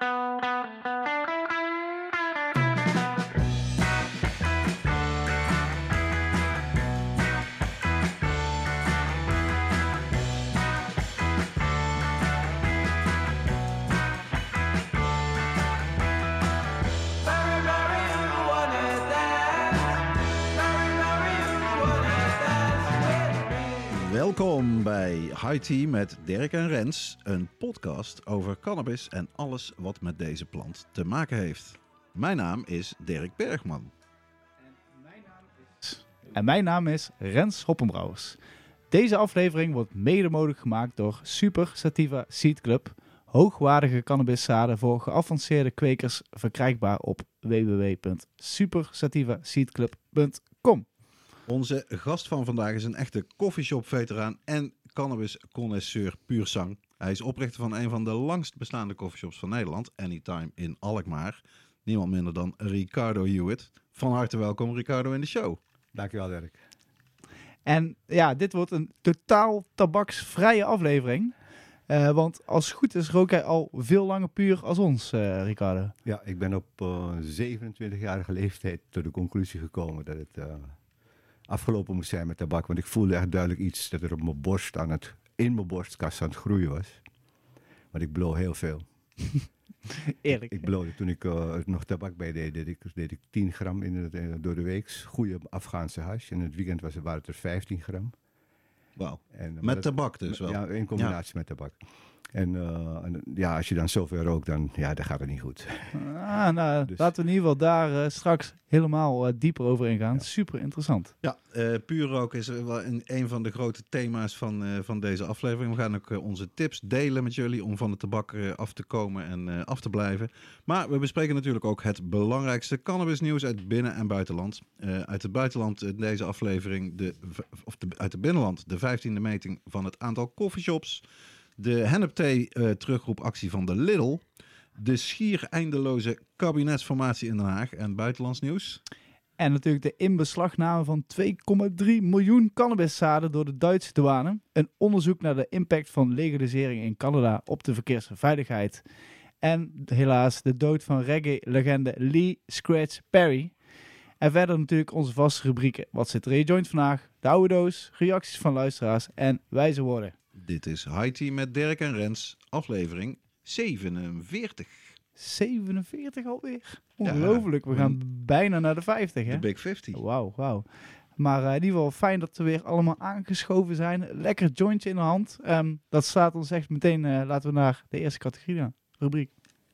Welkom bij High Tea met Dirk en Rens, een podcast over cannabis en alles wat met deze plant te maken heeft. Mijn naam is Dirk Bergman. En mijn naam is Rens Hoppenbrouwers. Deze aflevering wordt mede mogelijk gemaakt door Super Sativa Seed Club. Hoogwaardige cannabiszaden voor geavanceerde kwekers verkrijgbaar op www.supersativaseedclub.com. Onze gast van vandaag is een echte coffeeshop-veteraan en cannabis-connoisseur puur sang. Hij is oprichter van een van de langst bestaande coffeeshops van Nederland, Anytime in Alkmaar. Niemand minder dan Ricardo Hewitt. Van harte welkom, Ricardo, in de show. Dankjewel, Dirk. En ja, dit wordt een totaal tabaksvrije aflevering. Want als het goed is rook hij al veel langer puur als ons, Ricardo. Ja, ik ben op 27-jarige leeftijd tot de conclusie gekomen dat het afgelopen moest zijn met tabak. Want ik voelde echt duidelijk iets dat er op mijn borst in mijn borstkas aan het groeien was. Want ik blow heel veel. Eerlijk. Ik blowde toen ik nog tabak bij deed ik 10 gram door de week. Goede Afghaanse hash. En in het weekend waren het er 15 gram. Wauw. Met tabak dus wel? Ja, in combinatie met tabak. En ja, als je dan zoveel rookt, dan gaat het niet goed. Dus laten we in ieder geval daar straks helemaal dieper over ingaan. Ja. Super interessant. Ja, puur roken is wel een van de grote thema's van deze aflevering. We gaan ook onze tips delen met jullie om van de tabak af te komen en af te blijven. Maar we bespreken natuurlijk ook het belangrijkste cannabisnieuws uit binnen- en buitenland. Uit het buitenland in deze aflevering, uit het binnenland de 15e meting van het aantal coffeeshops. De hennepthee terugroepactie van de Lidl. De schier eindeloze kabinetsformatie in Den Haag en buitenlands nieuws. En natuurlijk de inbeslagname van 2,3 miljoen cannabiszaden door de Duitse douane. Een onderzoek naar de impact van legalisering in Canada op de verkeersveiligheid. En helaas de dood van reggae-legende Lee Scratch Perry. En verder natuurlijk onze vaste rubrieken. Wat zit er in je joint vandaag? De oude doos, reacties van luisteraars en wijze woorden. Dit is High Tea met Dirk en Rens, aflevering 47. 47 alweer? Ongelooflijk, we gaan bijna naar de 50, hè? De Big 50. Wauw. Maar in ieder geval fijn dat we weer allemaal aangeschoven zijn. Lekker jointje in de hand. Dat staat ons echt meteen, laten we naar de eerste categorie gaan. Rubriek.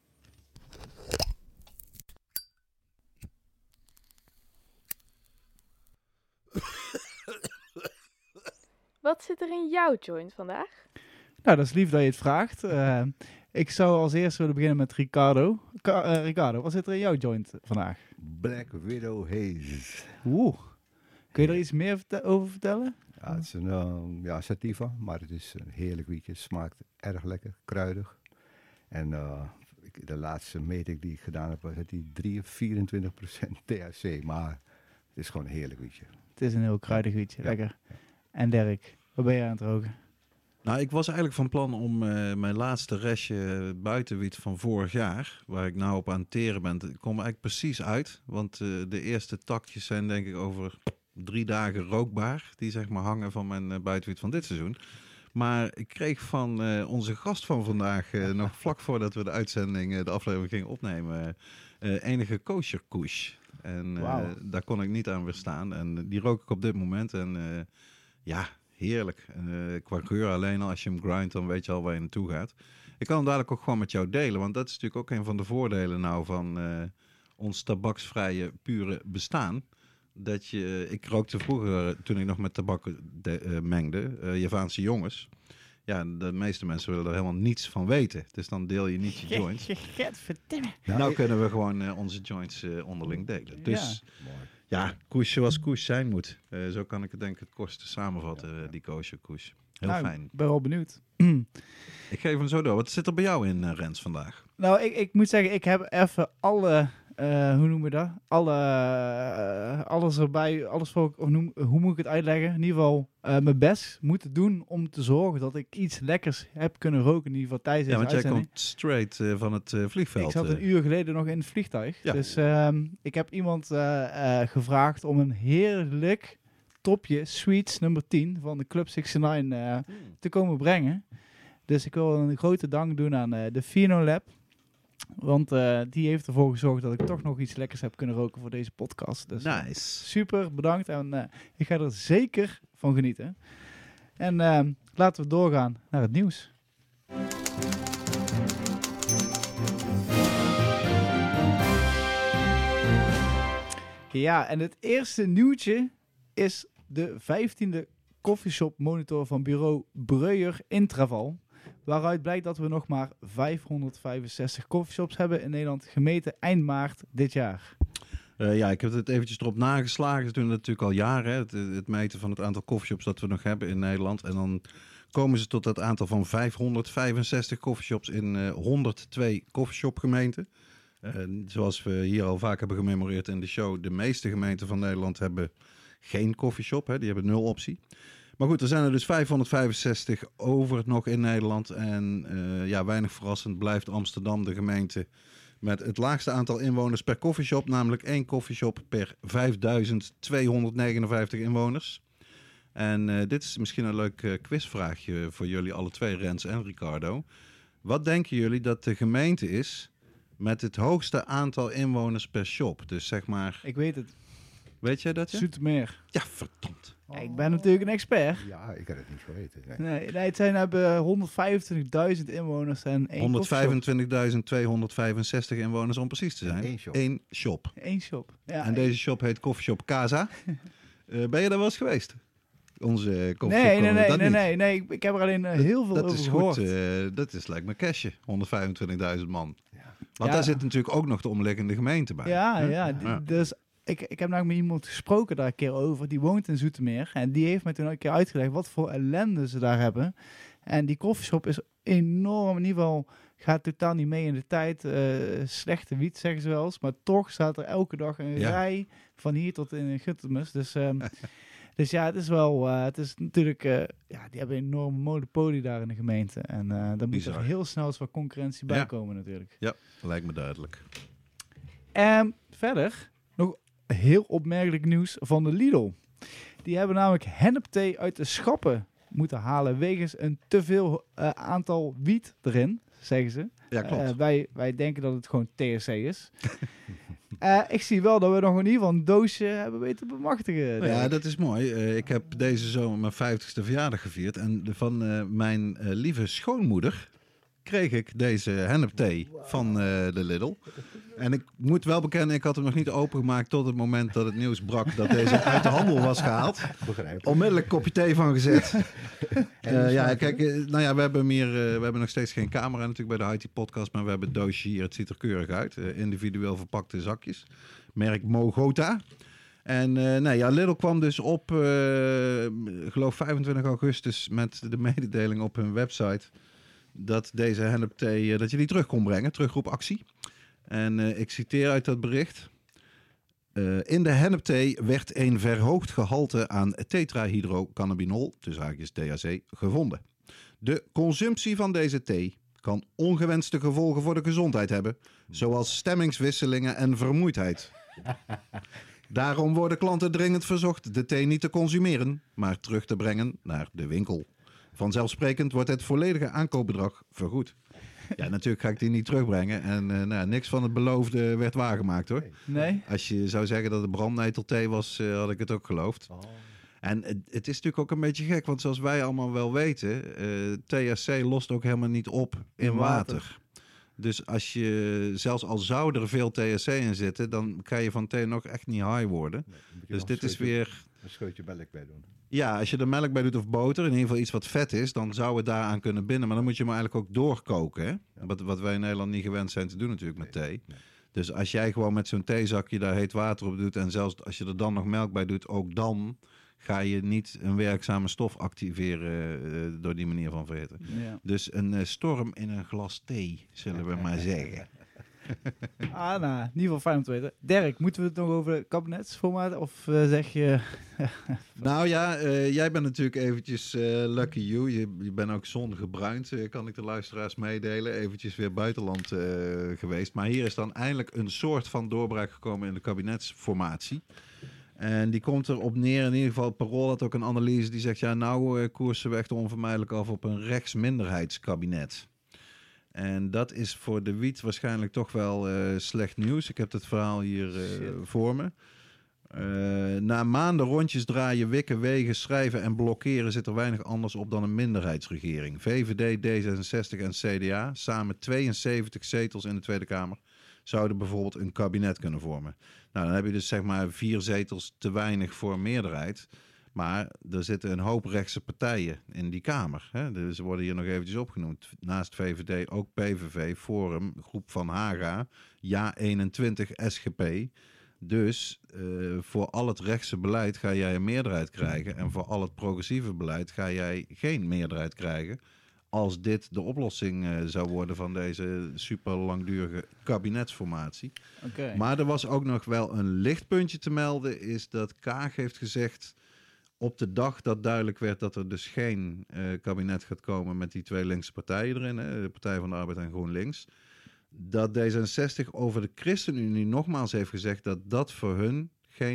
Wat zit er in jouw joint vandaag? Nou, dat is lief dat je het vraagt. Ik zou als eerste willen beginnen met Ricardo. Ricardo, wat zit er in jouw joint vandaag? Black Widow Haze. Kun je er iets meer over vertellen? Ja, het is een sativa, maar het is een heerlijk wietje. Het smaakt erg lekker, kruidig. En de laatste meting die ik gedaan heb, was die 24% THC. Maar het is gewoon een heerlijk wietje. Het is een heel kruidig wietje, lekker. Ja. En Dirk, wat ben je aan het roken? Nou, ik was eigenlijk van plan om mijn laatste restje buitenwiet van vorig jaar, waar ik nou op aan het teren ben, ik kom eigenlijk precies uit. Want de eerste takjes zijn denk ik over 3 dagen rookbaar, die zeg maar hangen van mijn buitenwiet van dit seizoen. Maar ik kreeg van onze gast van vandaag, nog vlak voordat we de uitzending, de aflevering gingen opnemen, enige kosher kush. En daar kon ik niet aan weerstaan. En die rook ik op dit moment en heerlijk. Qua geur alleen al, als je hem grindt, dan weet je al waar je naartoe gaat. Ik kan hem dadelijk ook gewoon met jou delen, want dat is natuurlijk ook een van de voordelen nou van ons tabaksvrije pure bestaan. Ik rookte vroeger, toen ik nog met tabak mengde, Javaanse jongens. Ja, de meeste mensen willen er helemaal niets van weten. Dus dan deel je niet je joints. Nou kunnen we gewoon onze joints onderling delen. Dus ja, koes zoals koes zijn moet. Zo kan ik het denk ik het kortste samenvatten, die kosher koes. Heel fijn. Ik ben wel benieuwd. Ik geef hem zo door. Wat zit er bij jou in, Rens, vandaag? Nou, ik moet zeggen, ik heb even alle hoe noemen we dat? Alles erbij, alles voor, hoe moet ik het uitleggen? In ieder geval mijn best moeten doen om te zorgen dat ik iets lekkers heb kunnen roken. In ieder geval tijdens deze want jij uitzending. komt straight van het vliegveld. Ik zat een uur geleden nog in het vliegtuig. Ja. Dus ik heb iemand gevraagd om een heerlijk topje Sweets nummer 10 van de Club 69 te komen brengen. Dus ik wil een grote dank doen aan de Fino Lab. Want die heeft ervoor gezorgd dat ik toch nog iets lekkers heb kunnen roken voor deze podcast. Dus Nice. super bedankt en ik ga er zeker van genieten. En laten we doorgaan naar het nieuws. Ja, en het eerste nieuwtje is de 15e coffeeshop monitor van bureau Breuer Intraval. Waaruit blijkt dat we nog maar 565 coffeeshops hebben in Nederland, gemeten eind maart dit jaar. Ik heb het eventjes erop nageslagen. Ze doen het natuurlijk al jaren, hè? Het meten van het aantal coffeeshops dat we nog hebben in Nederland. En dan komen ze tot het aantal van 565 coffeeshops in 102 coffeeshopgemeenten. Zoals we hier al vaak hebben gememoreerd in de show, de meeste gemeenten van Nederland hebben geen coffeeshop. Hè? Die hebben 0 optie. Maar goed, er zijn er dus 565 over nog in Nederland. En weinig verrassend blijft Amsterdam de gemeente met het laagste aantal inwoners per coffeeshop. Namelijk 1 coffeeshop per 5.259 inwoners. En dit is misschien een leuk quizvraagje voor jullie alle twee, Rens en Ricardo. Wat denken jullie dat de gemeente is met het hoogste aantal inwoners per shop? Dus zeg maar... Ik weet het. Weet jij dat? Zoetermeer. Ja, verdomd. Ja, ik ben natuurlijk een expert. Ja, ik had het niet geweten. Nee. Nee, het zijn hebben 125.000 inwoners en 1 125.265 inwoners om precies te zijn. Eén shop. 1 shop. 1 shop. Ja, En deze shop heet Coffeeshop Casa. Ben je daar wel eens geweest? Onze coffeeshop. Nee. Ik heb er alleen heel veel dat over is gehoord. goed. Dat is lijkt me cashje. 125.000 man. Ja. Want daar zit natuurlijk ook nog de omliggende gemeente bij. Ja. Ja. Dus ik heb namelijk met iemand gesproken daar een keer over. Die woont in Zoetermeer. En die heeft mij toen een keer uitgelegd wat voor ellende ze daar hebben. En die coffeeshop is enorm. In ieder geval gaat totaal niet mee in de tijd. Slechte wiet zeggen ze wel eens. Maar toch staat er elke dag een rij van hier tot in Guttemus. Dus... Dus ja, het is wel, het is natuurlijk, die hebben een enorme monopolie daar in de gemeente. En daar moet er heel snel eens wat concurrentie bij komen natuurlijk. Ja, lijkt me duidelijk. En verder, nog heel opmerkelijk nieuws van de Lidl. Die hebben namelijk hennepthee uit de schappen moeten halen wegens een te veel aantal wiet erin, zeggen ze. Ja, klopt. Wij denken dat het gewoon THC is. Ik zie wel dat we nog in ieder geval een doosje hebben weten te bemachtigen. Ja, dat is mooi. Ik heb deze zomer mijn 50ste verjaardag gevierd. En van mijn lieve schoonmoeder kreeg ik deze hennepthee van de Lidl. En ik moet wel bekennen, ik had hem nog niet opengemaakt tot het moment dat het nieuws brak dat deze uit de handel was gehaald. Begrijp. Onmiddellijk een kopje thee van gezet. Kijk, we hebben hem hier, we hebben nog steeds geen camera natuurlijk bij de IT podcast, maar we hebben het doosje hier. Het ziet er keurig uit. Individueel verpakte zakjes. Merk Mogota. En Lidl kwam dus op, geloof 25 augustus met de mededeling op hun website dat deze hennepthee, dat je die terug kon brengen, terugroepactie. En ik citeer uit dat bericht. In de hennepthee werd een verhoogd gehalte aan tetrahydrocannabinol, tussen haakjes THC, gevonden. De consumptie van deze thee kan ongewenste gevolgen voor de gezondheid hebben, zoals stemmingswisselingen en vermoeidheid. Daarom worden klanten dringend verzocht de thee niet te consumeren, maar terug te brengen naar de winkel. Vanzelfsprekend wordt het volledige aankoopbedrag vergoed. Ja, natuurlijk ga ik die niet terugbrengen. En niks van het beloofde werd waargemaakt, hoor. Nee? Als je zou zeggen dat het brandnetelthee was, had ik het ook geloofd. Oh. En het is natuurlijk ook een beetje gek, want zoals wij allemaal wel weten, THC lost ook helemaal niet op in water. Dus als je, zelfs al zou er veel THC in zitten, dan kan je van thee nog echt niet high worden. Nee, dus dit is weer... Een scheutje melk bij doen. Ja, als je er melk bij doet of boter, in ieder geval iets wat vet is, dan zou het daaraan kunnen binden. Maar dan moet je hem eigenlijk ook doorkoken. Hè? Ja. Wat wij in Nederland niet gewend zijn te doen natuurlijk met thee. Nee. Dus als jij gewoon met zo'n theezakje daar heet water op doet en zelfs als je er dan nog melk bij doet, ook dan ga je niet een werkzame stof activeren door die manier van vreten. Ja. Dus een storm in een glas thee, zullen we maar zeggen. Nou, in ieder geval fijn om te weten. Dirk, moeten we het nog over kabinetsformaat? Of zeg je... Nou ja, jij bent natuurlijk eventjes lucky you. Je bent ook zongebruind, kan ik de luisteraars meedelen. Eventjes weer buitenland geweest. Maar hier is dan eindelijk een soort van doorbraak gekomen in de kabinetsformatie. En die komt erop neer, in ieder geval Parool had ook een analyse die zegt... ja, nou koersen we echt onvermijdelijk af op een rechtsminderheidskabinet. En dat is voor de Wiet waarschijnlijk toch wel slecht nieuws. Ik heb het verhaal hier voor me. Na maanden rondjes draaien, wikken, wegen, schrijven en blokkeren... zit er weinig anders op dan een minderheidsregering. VVD, D66 en CDA, samen 72 zetels in de Tweede Kamer... zouden bijvoorbeeld een kabinet kunnen vormen. Nou, dan heb je dus zeg maar 4 zetels te weinig voor een meerderheid... Maar er zitten een hoop rechtse partijen in die Kamer. Hè? Dus ze worden hier nog eventjes opgenoemd. Naast VVD ook PVV, Forum, Groep van Haga, Ja21, SGP. Dus voor al het rechtse beleid ga jij een meerderheid krijgen. En voor al het progressieve beleid ga jij geen meerderheid krijgen. Als dit de oplossing zou worden van deze super langdurige kabinetsformatie. Okay. Maar er was ook nog wel een lichtpuntje te melden. Is dat Kaag heeft gezegd... op de dag dat duidelijk werd dat er dus geen kabinet gaat komen met die 2 linkse partijen erin, hè, de Partij van de Arbeid en GroenLinks, dat D66 over de ChristenUnie nogmaals heeft gezegd dat dat voor hun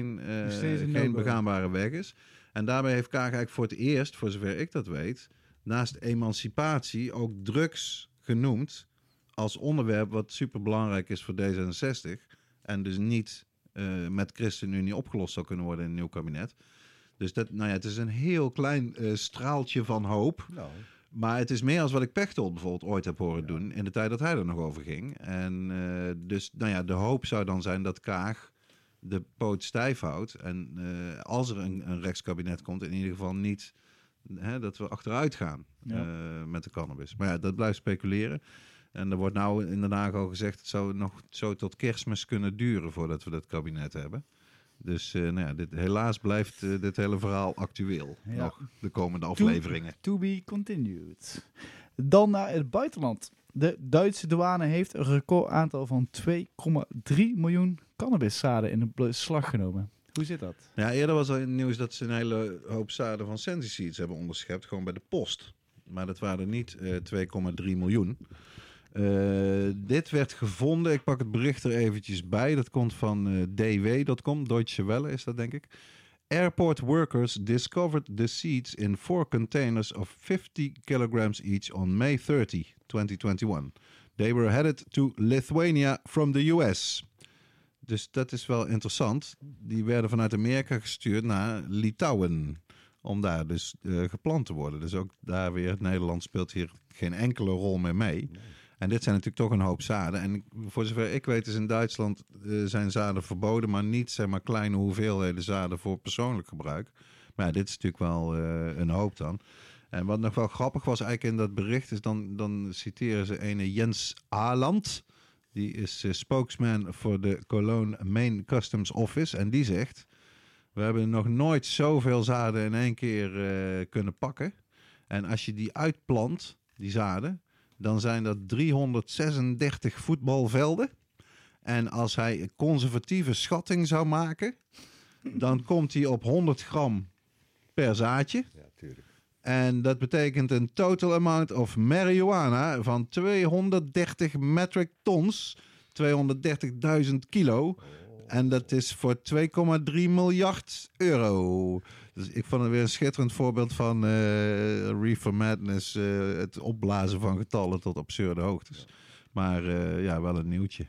geen begaanbare weg is. En daarbij heeft Kaag eigenlijk voor het eerst, voor zover ik dat weet, naast emancipatie ook drugs genoemd als onderwerp wat superbelangrijk is voor D66 en dus niet met ChristenUnie opgelost zou kunnen worden in een nieuw kabinet. Dus dat, nou ja, het is een heel klein straaltje van hoop. Nou. Maar het is meer als wat ik Pechtold bijvoorbeeld ooit heb horen doen... in de tijd dat hij er nog over ging. En dus, nou ja, de hoop zou dan zijn dat Kaag de poot stijf houdt. En als er een rechtskabinet komt, in ieder geval niet... dat we achteruit gaan met de cannabis. Maar ja, dat blijft speculeren. En er wordt nou in Den Haag al gezegd... het zou nog zo tot Kerstmis kunnen duren voordat we dat kabinet hebben... Dus nou ja, helaas blijft dit hele verhaal actueel. Ja. Nog de komende afleveringen. To be continued. Dan naar het buitenland. De Duitse douane heeft een recordaantal van 2,3 miljoen cannabiszaden in de beslag genomen. Hoe zit dat? Ja, eerder was er nieuws dat ze een hele hoop zaden van Sensiseeds hebben onderschept. Gewoon bij de post. Maar dat waren er niet 2,3 miljoen. Dit werd gevonden. Ik pak het bericht er eventjes bij. Dat komt van dw.com. Deutsche Welle is dat, denk ik. Airport workers discovered the seeds in 4 containers of 50 kilograms each on May 30, 2021. They were headed to Lithuania from the US. Dus dat is wel interessant. Die werden vanuit Amerika gestuurd naar Litouwen. Om daar dus geplant te worden. Dus ook daar weer, Nederland speelt hier geen enkele rol meer mee. En dit zijn natuurlijk toch een hoop zaden. En voor zover ik weet is in Duitsland zijn zaden verboden, maar niet zeg maar kleine hoeveelheden zaden voor persoonlijk gebruik. Maar ja, dit is natuurlijk wel een hoop dan. En wat nog wel grappig was eigenlijk in dat bericht is dan citeren ze ene Jens Aland. Die is spokesman voor de Cologne Main Customs Office. En die zegt, we hebben nog nooit zoveel zaden in één keer kunnen pakken. En als je die uitplant, die zaden, dan zijn dat 336 voetbalvelden. En als hij een conservatieve schatting zou maken, dan komt hij op 100 gram per zaadje. Ja, tuurlijk. En dat betekent een total amount of marijuana van 230 metric tons, 230.000 kilo. En dat is voor 2,3 miljard euro. Dus ik vond het weer een schitterend voorbeeld van Reefer Madness. Het opblazen van getallen tot absurde hoogtes. Maar ja, wel een nieuwtje.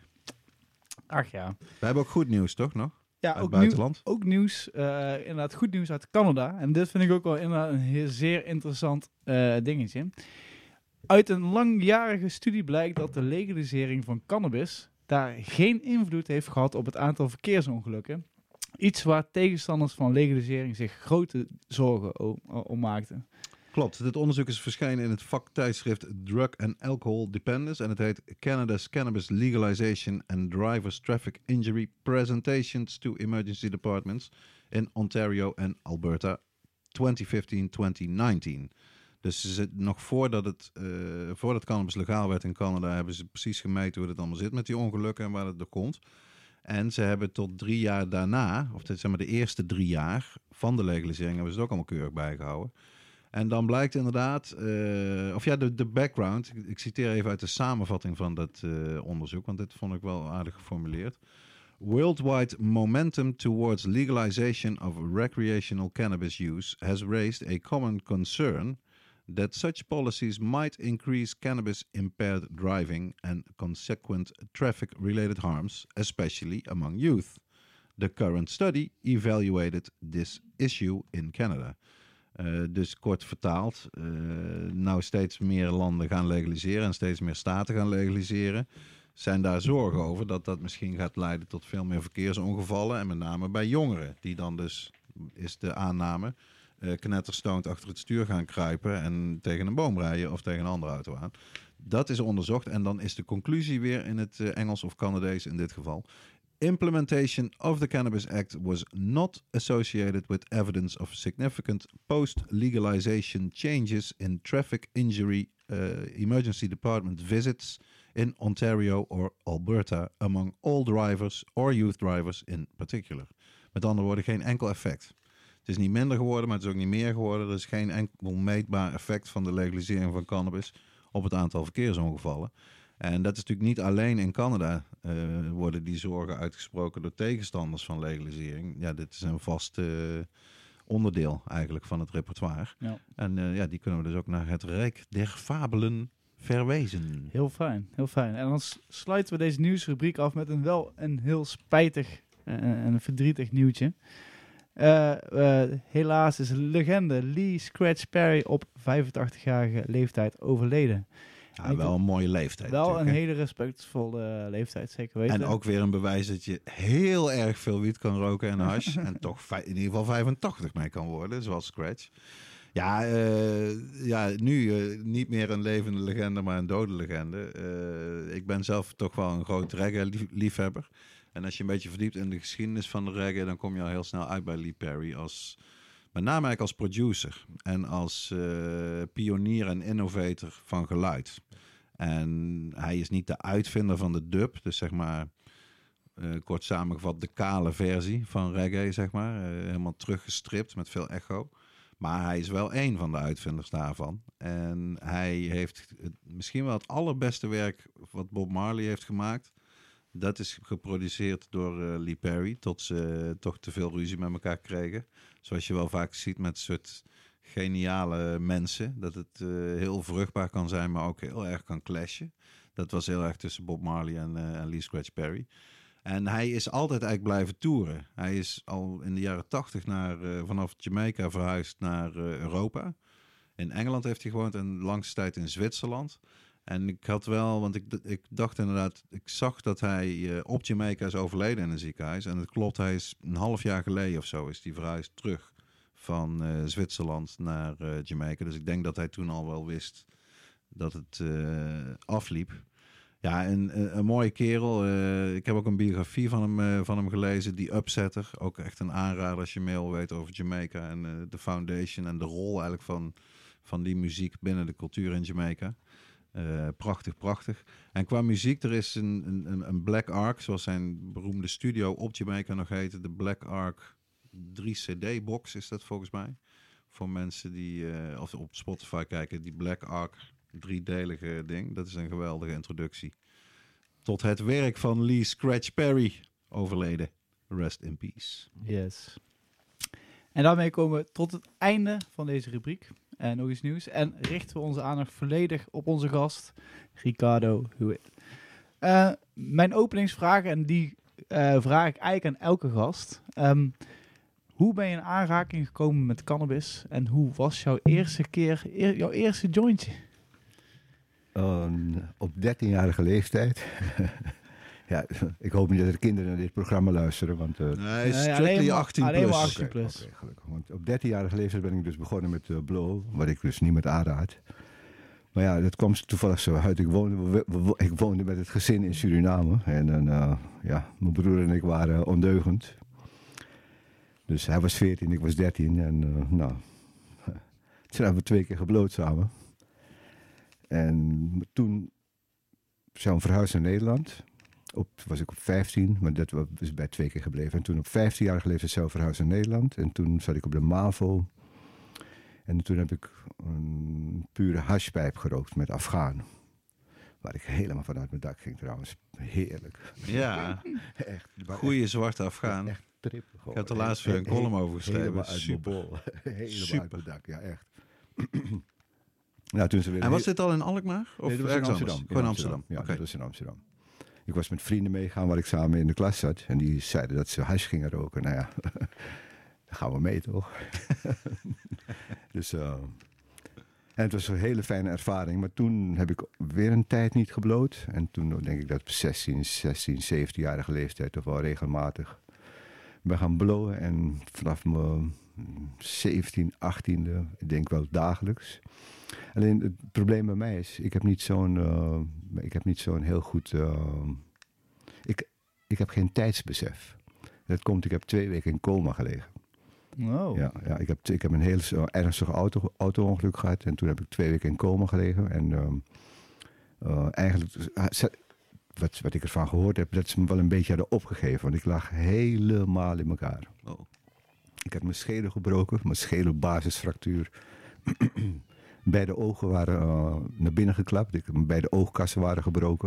Ach ja. We hebben ook goed nieuws, toch nog? Ja, uit buitenland. Ook nieuws. Inderdaad, goed nieuws uit Canada. En dit vind ik ook wel inderdaad een heel zeer interessant dingetje. Uit een langjarige studie blijkt dat de legalisering van cannabis daar geen invloed heeft gehad op het aantal verkeersongelukken. Iets waar tegenstanders van legalisering zich grote zorgen om maakten. Klopt. Dit onderzoek is verschenen in het vaktijdschrift Drug and Alcohol Dependence. En het heet Canada's Cannabis Legalization and Drivers Traffic Injury Presentations to Emergency Departments in Ontario en Alberta 2015-2019. Dus nog voordat cannabis legaal werd in Canada, hebben ze precies gemeten hoe het allemaal zit met die ongelukken en waar het door komt. En ze hebben tot 3 jaar daarna, of zeg maar de eerste 3 jaar van de legalisering, hebben ze het ook allemaal keurig bijgehouden. En dan blijkt inderdaad, de background, ik citeer even uit de samenvatting van dat onderzoek, want dit vond ik wel aardig geformuleerd. Worldwide momentum towards legalization of recreational cannabis use has raised a common concern that such policies might increase cannabis-impaired driving and consequent traffic-related harms, especially among youth. The current study evaluated this issue in Canada. Dus kort vertaald, nou steeds meer landen gaan legaliseren en steeds meer staten gaan legaliseren, zijn daar zorgen over dat dat misschien gaat leiden tot veel meer verkeersongevallen en met name bij jongeren, die dan dus, is de aanname, knetterstoned achter het stuur gaan kruipen en tegen een boom rijden of tegen een andere auto aan. Dat is onderzocht en dan is de conclusie weer in het Engels of Canadees in dit geval. Implementation of the Cannabis Act was not associated with evidence of significant post-legalization changes in traffic injury emergency department visits in Ontario or Alberta among all drivers or youth drivers in particular. Met andere woorden, geen enkel effect. Het is niet minder geworden, maar het is ook niet meer geworden. Er is geen enkel meetbaar effect van de legalisering van cannabis op het aantal verkeersongevallen. En dat is natuurlijk niet alleen in Canada worden die zorgen uitgesproken door tegenstanders van legalisering. Ja, dit is een vast onderdeel eigenlijk van het repertoire. Ja. En die kunnen we dus ook naar het Rijk der Fabelen verwezen. Heel fijn, heel fijn. En dan sluiten we deze nieuwsrubriek af met een heel spijtig en verdrietig nieuwtje. Helaas is legende Lee Scratch Perry op 85-jarige leeftijd overleden. Ja, wel een mooie leeftijd. Wel een hele respectvolle leeftijd, zeker weten. En ook weer een bewijs dat je heel erg veel wiet kan roken en hash. En toch in ieder geval 85 mee kan worden, zoals Scratch. Ja, nu niet meer een levende legende, maar een dode legende. Ik ben zelf toch wel een groot reggae-liefhebber. En als je een beetje verdiept in de geschiedenis van de reggae, dan kom je al heel snel uit bij Lee Perry met name eigenlijk als producer en als pionier en innovator van geluid. En hij is niet de uitvinder van de dub, dus zeg maar kort samengevat de kale versie van reggae, zeg maar. Helemaal teruggestript met veel echo. Maar hij is wel één van de uitvinders daarvan. En hij heeft misschien wel het allerbeste werk wat Bob Marley heeft gemaakt. Dat is geproduceerd door Lee Perry, tot ze toch te veel ruzie met elkaar kregen. Zoals je wel vaak ziet met soort geniale mensen. Dat het heel vruchtbaar kan zijn, maar ook heel erg kan clashen. Dat was heel erg tussen Bob Marley en Lee Scratch Perry. En hij is altijd eigenlijk blijven toeren. Hij is al in de jaren 80 vanaf Jamaica verhuisd naar Europa. In Engeland heeft hij gewoond en langste tijd in Zwitserland. En ik had wel, want ik dacht inderdaad, ik zag dat hij op Jamaica is overleden in een ziekenhuis. En het klopt, hij is een half jaar geleden of zo is hij verhuisd terug van Zwitserland naar Jamaica. Dus ik denk dat hij toen al wel wist dat het afliep. Ja, een mooie kerel. Ik heb ook een biografie van hem gelezen, die Upsetter. Ook echt een aanrader als je meer wil weten over Jamaica en de foundation en de rol eigenlijk van die muziek binnen de cultuur in Jamaica. Prachtig. En qua muziek, er is een Black Ark, zoals zijn beroemde studio op Jamaica nog heette. De Black Ark 3 CD-box is dat volgens mij. Voor mensen die of op Spotify kijken, die Black Ark 3-delige ding. Dat is een geweldige introductie tot het werk van Lee Scratch Perry, overleden. Rest in peace. Yes. En daarmee komen we tot het einde van deze rubriek. En nog iets nieuws. En richten we onze aandacht volledig op onze gast, Ricardo Hewitt. Mijn openingsvraag, en die vraag ik eigenlijk aan elke gast. Hoe ben je in aanraking gekomen met cannabis? En hoe was jouw eerste jointje? Op 13-jarige leeftijd. Ja, ik hoop niet dat de kinderen naar dit programma luisteren. Want, nee, strictly 18 plus. Alleen maar 18 plus. Okay, gelukkig. Want op 13-jarige leeftijd ben ik dus begonnen met blow, wat ik dus niet met aanraad. Maar ja, dat kwam toevallig zo uit. Ik woonde met het gezin in Suriname. En mijn broer en ik waren ondeugend. Dus hij was 14, ik was 13. En Toen hebben we 2 keer gebloot samen. En toen zijn we verhuisd naar Nederland. Was ik op 15, maar dat was bij 2 keer gebleven. En toen op 15-jarige leeftijd zijn we verhuisd naar Nederland. En toen zat ik op de MAVO. En toen heb ik een pure hashpijp gerookt met Afghaan. Waar ik helemaal vanuit mijn dak ging trouwens. Heerlijk. Ja, Echt. goeie zwarte Afghaan. Echt trip. Ik heb er laatst weer een column over geschreven. Helemaal uit Super. mijn bol. Helemaal Super. uit mijn dak, ja echt. Nou, toen ze weer En was dit al in Alkmaar? Of Nee, dat was in ergens Amsterdam. anders? Gewoon Amsterdam. Ja, Oké. dat was in Amsterdam. Ik was met vrienden meegaan waar ik samen in de klas zat. En die zeiden dat ze hash gingen roken. Nou ja, dan gaan we mee toch? Dus, en het was een hele fijne ervaring. Maar toen heb ik weer een tijd niet gebloot. En toen denk ik dat op 16, 17-jarige leeftijd toch wel regelmatig ben gaan blowen. En vanaf mijn 17, 18e, ik denk wel dagelijks. Alleen het probleem bij mij is, ik heb niet zo'n heel goed... Ik heb geen tijdsbesef. Dat komt, ik heb 2 weken in coma gelegen. Oh. Ja, ik heb een heel ernstig auto-ongeluk gehad. En toen heb ik 2 weken in coma gelegen. En eigenlijk, wat ik ervan gehoord heb, dat ze me wel een beetje hadden opgegeven. Want ik lag helemaal in elkaar. Oh. Ik had mijn schedel gebroken, mijn schedelbasisfractuur. Beide ogen waren naar binnen geklapt. Beide oogkassen waren gebroken.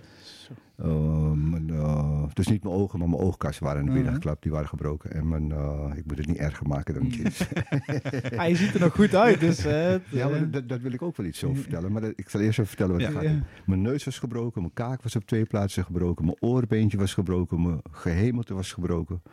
Dus niet mijn ogen, maar mijn oogkassen waren naar binnen geklapt. Die waren gebroken. En ik moet het niet erger maken dan het is. Je ziet er nog goed uit, dus... Ja, maar dat wil ik ook wel iets over vertellen. Maar ik zal eerst even vertellen wat het gaat. Mijn neus was gebroken, mijn kaak was op 2 plaatsen gebroken. Mijn oorbeentje was gebroken, mijn gehemelte was gebroken.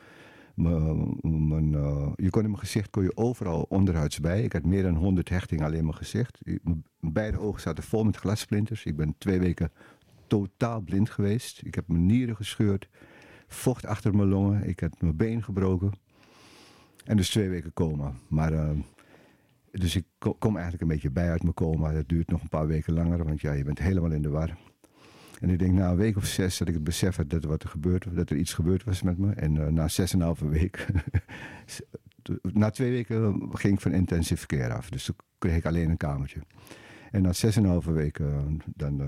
Je kon in mijn gezicht overal onderhuids bij. Ik had meer dan 100 hechtingen alleen in mijn gezicht. Mijn beide ogen zaten vol met glassplinters. Ik ben 2 weken totaal blind geweest. Ik heb mijn nieren gescheurd. Vocht achter mijn longen. Ik had mijn been gebroken. En dus 2 weken coma. Maar, dus ik kom eigenlijk een beetje bij uit mijn coma. Dat duurt nog een paar weken langer. Want ja, je bent helemaal in de war. En ik denk na een week of 6 dat ik het besef had dat er iets gebeurd was met me. En na 6,5 week... na 2 weken ging ik van intensive care af. Dus toen kreeg ik alleen een kamertje. En na 6,5 weken dan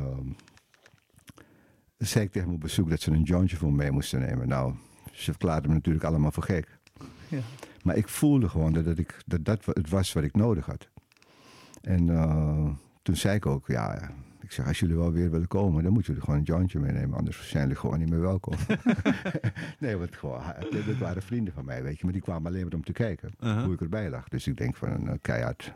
zei ik tegen mijn bezoek dat ze een jointje voor me mee moesten nemen. Nou, ze verklaarden me natuurlijk allemaal voor gek. Ja. Maar ik voelde gewoon dat het was wat ik nodig had. En toen zei ik ook, ja... Ik zeg, als jullie wel weer willen komen, dan moeten jullie gewoon een jointje meenemen. Anders zijn jullie gewoon niet meer welkom. Nee, want dat waren vrienden van mij, weet je. Maar die kwamen alleen maar om te kijken hoe ik erbij lag. Dus ik denk van keihard.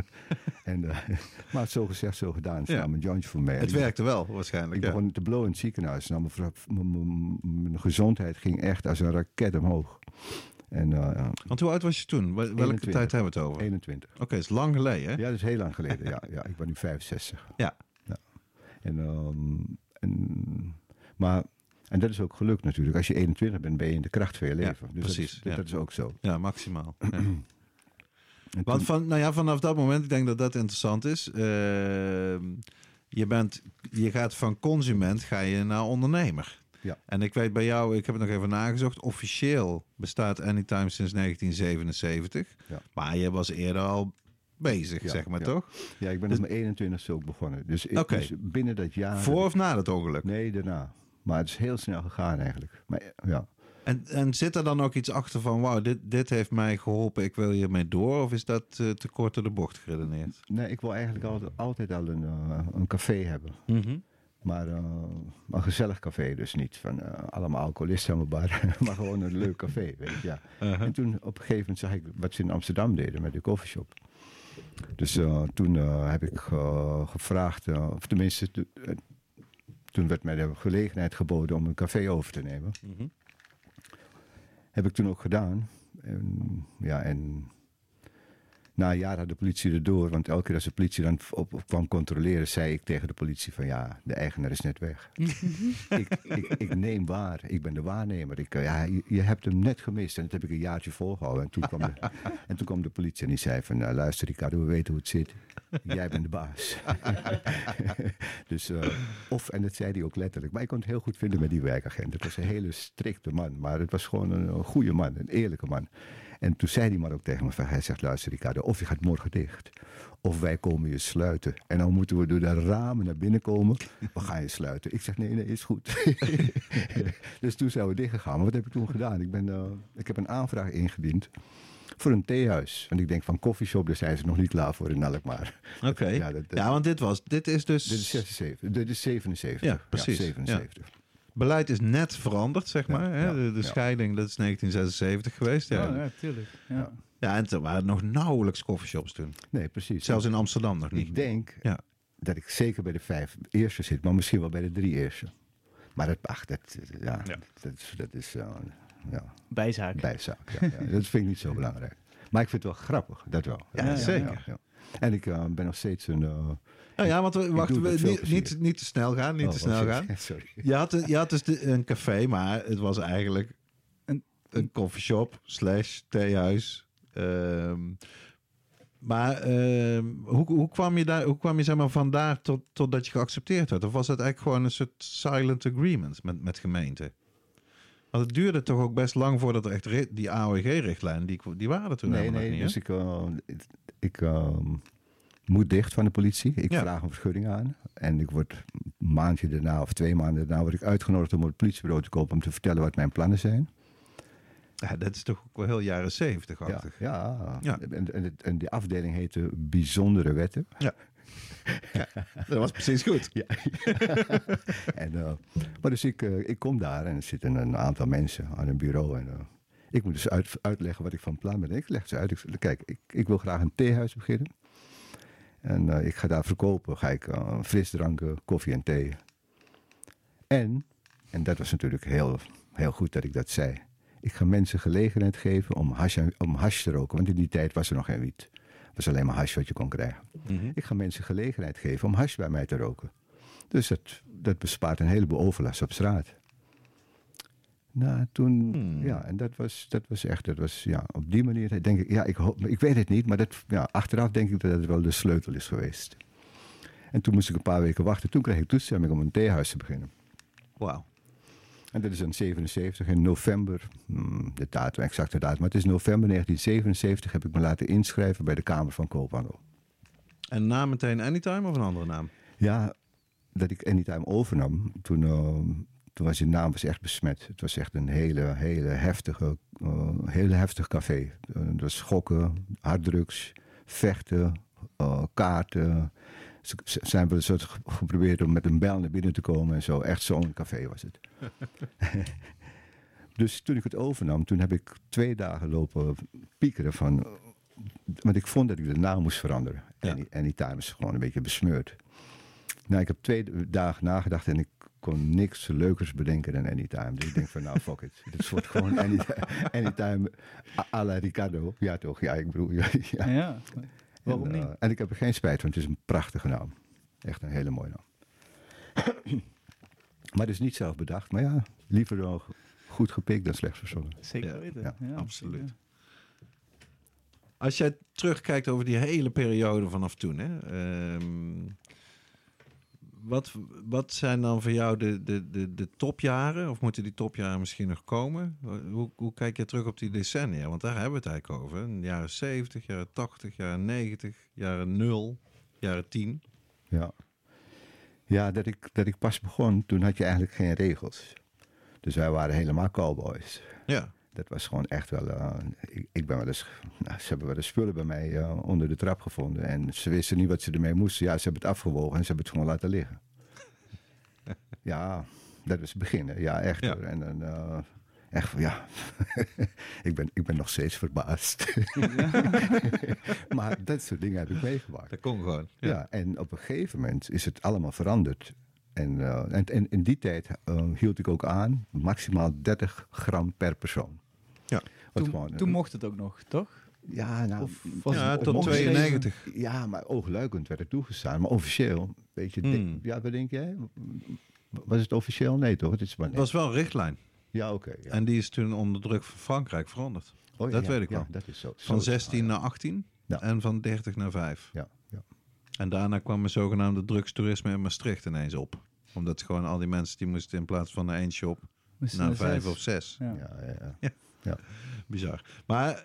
Maar zo gezegd, zo gedaan. Ze namen een jointje voor mij. Het werkte wel, waarschijnlijk. Ik begon te blowen in het ziekenhuis. Nou, mijn gezondheid ging echt als een raket omhoog. Want hoe oud was je toen? Welke 21. tijd hebben we het over? 21. Oké, dat is lang geleden, hè? Ja, dat is heel lang geleden. Ja, ik ben nu 65. Ja. En dat is ook gelukt natuurlijk. Als je 21 bent, ben je in de kracht van je leven. Ja, dus precies. Dat is ook zo. Ja, maximaal. Ja. En Want toen- vanaf dat moment, ik denk dat dat interessant is. Je gaat van consument naar ondernemer. Ja. En ik weet bij jou, ik heb het nog even nagezocht. Officieel bestaat Anytime sinds 1977. Ja. Maar je was eerder al bezig, Ja, zeg maar, ja. toch? Ja, ik ben op mijn 21ste ook begonnen. Dus, Oké. dus binnen dat jaar... Voor of na dat ongeluk? Nee, daarna. Maar het is heel snel gegaan eigenlijk. Maar ja, En zit er dan ook iets achter van, wauw, dit heeft mij geholpen, ik wil hiermee door? Of is dat te kort door de bocht geredeneerd? nee, ik wil eigenlijk altijd al een café hebben. Maar een gezellig café dus niet. Van allemaal alcoholisten aan mijn bar. Maar gewoon een leuk café, weet je. Ja. En toen op een gegeven moment zag ik wat ze in Amsterdam deden met de coffeeshop. Dus toen heb ik gevraagd, of tenminste, toen werd mij de gelegenheid geboden om een café over te nemen. Heb ik toen ook gedaan. En na een jaar had de politie erdoor, want elke keer als de politie dan op kwam controleren, zei ik tegen de politie van ja, de eigenaar is net weg. ik neem waar, ik ben de waarnemer. Je hebt hem net gemist en dat heb ik een jaartje volgehouden. En toen kwam de politie en die zei van luister Ricardo, we weten hoe het zit. Jij bent de baas. Dus, en dat zei hij ook letterlijk. Maar ik kon het heel goed vinden met die werkagent. Het was een hele strikte man, maar het was gewoon een goede man, een eerlijke man. En toen zei die man ook tegen me van, hij zegt luister Ricardo, of je gaat morgen dicht. Of wij komen je sluiten. En dan moeten we door de ramen naar binnen komen. We gaan je sluiten. Ik zeg, nee, is goed. Dus toen zijn we dichtgegaan. Maar wat heb ik toen gedaan? Ik heb een aanvraag ingediend voor een theehuis. Want ik denk van coffeeshop, daar zijn ze nog niet klaar voor in Alkmaar. Oké. Ja, want dit is dus... Dit is 77. Ja, precies. Ja, 77. Beleid is net veranderd, zeg maar. Hè? ja, de scheiding, dat is 1976 geweest. Ja, Ja, tuurlijk. Ja. ja, en toen waren er nog nauwelijks coffeeshops toen. Nee, precies. Zelfs in Amsterdam nog niet. Ik denk Ja. dat ik zeker bij de 5 eerste zit, maar misschien wel bij de 3 eerste. Maar dat is Bijzaak. bijzaak. Ja. Dat vind ik niet zo belangrijk. Maar ik vind het wel grappig, dat wel. Ja, zeker. Ja. En ik ben nog steeds een... Want wacht, niet te snel gaan. Niet te snel gaan. Sorry. Je had dus een café, maar het was eigenlijk een coffeeshop / theehuis. Hoe kwam je daar? Hoe kwam je zeg maar vandaar totdat je geaccepteerd werd? Of was het eigenlijk gewoon een soort silent agreement met gemeente? Want het duurde toch ook best lang voordat er echt die AOG-richtlijnen, die waren er toen helemaal nog niet. Dus ik moet dicht van de politie. Ik vraag een vergunning aan. En ik word een maandje daarna of 2 maanden daarna word ik uitgenodigd om op het politiebureau te komen om te vertellen wat mijn plannen zijn. Ja, dat is toch ook wel heel jaren 70-achtig. Ja. En die afdeling heette Bijzondere Wetten. Ja. Dat was precies goed. Ja. Maar dus ik kom daar en er zitten een aantal mensen aan een bureau. En ik moet dus uitleggen wat ik van plan ben. Ik leg ze uit. Kijk, ik wil graag een theehuis beginnen. En ik ga daar verkopen. Ga ik frisdranken, koffie en thee. En dat was natuurlijk heel, heel goed dat ik dat zei. Ik ga mensen gelegenheid geven om hash te roken. Want in die tijd was er nog geen wiet. Het was alleen maar hash wat je kon krijgen. Mm-hmm. Ik ga mensen gelegenheid geven om hash bij mij te roken. Dus dat bespaart een heleboel overlast op straat. Nou, toen, en dat was echt, op die manier denk ik, ik weet het niet, maar achteraf denk ik dat het wel de sleutel is geweest. En toen moest ik een paar weken wachten. Toen kreeg ik toestemming om een theehuis te beginnen. Wauw. En dat is in 77, in november, de exacte datum, maar het is november 1977 heb ik me laten inschrijven bij de Kamer van Koophandel. En naam meteen Anytime of een andere naam? Ja, dat ik Anytime overnam, toen was die naam echt besmet. Het was echt een hele heftig café. Dat was schokken, harddrugs, vechten, kaarten. Ze zijn wel eens geprobeerd om met een bijl naar binnen te komen en zo. Echt zo'n café was het. Dus toen ik het overnam, toen heb ik 2 dagen lopen piekeren van... Want ik vond dat ik de naam moest veranderen. Ja. Anytime is gewoon een beetje besmeurd. Nou, ik heb 2 dagen nagedacht en ik kon niks leukers bedenken dan Anytime. Dus ik denk van, nou, fuck it. Dit wordt gewoon Anytime à la Ricardo. Ja, toch? Ja, ik bedoel... Ja. Waarom niet? En ik heb er geen spijt van. Het is een prachtige naam. Echt een hele mooie naam. Maar dus niet zelf bedacht. Maar ja, liever nog goed gepikt dan slecht verzonnen. Zeker weten. Ja, absoluut. zeker. Als jij terugkijkt over die hele periode vanaf toen, hè, wat zijn dan voor jou de topjaren? Of moeten die topjaren misschien nog komen? Hoe kijk je terug op die decennia? Want daar hebben we het eigenlijk over. Hè? Jaren 70, jaren 80, jaren 90, jaren 0, jaren 10. Ja, dat ik pas begon, toen had je eigenlijk geen regels. Dus wij waren helemaal cowboys. Ja. Dat was gewoon echt wel... ik ben wel eens... ze hebben wel eens spullen bij mij onder de trap gevonden. En ze wisten niet wat ze ermee moesten. Ja, ze hebben het afgewogen en ze hebben het gewoon laten liggen. Ja, dat was het begin. Hè. Ja, echt. Ja. Hoor. En dan... echt, ja... ik ben nog steeds verbaasd. Maar dat soort dingen heb ik meegemaakt. Dat kon gewoon. Ja, en op een gegeven moment is het allemaal veranderd. En in die tijd hield ik ook aan maximaal 30 gram per persoon. Ja. Toen mocht het ook nog, toch? Ja, nou, Of was Ja, het tot ongeschreven? 92. ja, maar oogluikend werd het toegestaan. Maar officieel, weet je, ja, wat denk jij? Was het officieel? Nee, toch? Het is maar Het was wel een richtlijn. Ja, oké. Ja. En die is toen onder druk van Frankrijk veranderd. Oh, dat weet ik wel. Dat is zo. Van 16 naar 18 Ja. en van 30 naar 5. Ja. En daarna kwam een zogenaamde drugstoerisme in Maastricht ineens op. Omdat gewoon al die mensen die moesten in plaats van naar 1 shop Dus Na een 5 6. of 6. Ja. Bizar. Maar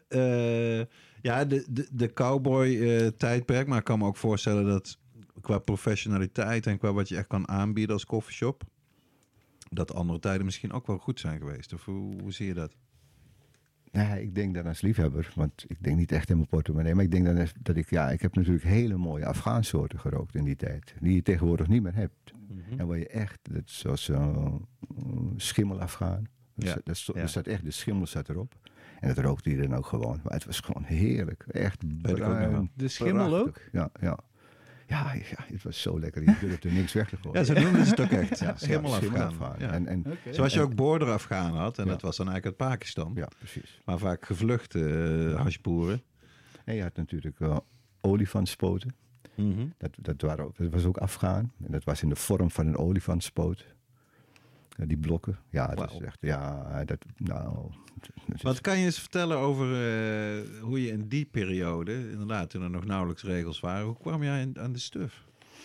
de cowboy tijdperk. Maar ik kan me ook voorstellen dat qua professionaliteit en qua wat je echt kan aanbieden als coffeeshop, dat andere tijden misschien ook wel goed zijn geweest. Of hoe zie je dat? Nee, ik denk dat als liefhebber, want ik denk niet echt in mijn portemonnee, maar ik denk dat ik heb natuurlijk hele mooie Afghaansoorten gerookt in die tijd, die je tegenwoordig niet meer hebt. En waar je echt, zoals schimmel Afghaan, er staat echt, de schimmel zat erop. En dat rookte hij dan ook gewoon. Maar het was gewoon heerlijk. Echt Weet ik ook nog wel. bruin. De schimmel prachtig. ook? Ja, het was zo lekker. Je durfde niks weg te gooien. Ja, zo noemen ze het ook echt. Ja, Schimmel schimmel Afghaan. Afghaan. Ja. En, Oké. Zoals je ook border Afghaan had. En dat was dan eigenlijk uit Pakistan. ja, precies. Maar vaak gevluchte hashboeren. En je had natuurlijk olifantspoten. Dat was ook Afghaan. En dat was in de vorm van een olifantspoot. Die blokken. Ja, dat is echt... Ja, Wat kan je eens vertellen over hoe je in die periode, inderdaad, toen er nog nauwelijks regels waren, hoe kwam jij aan de stuf?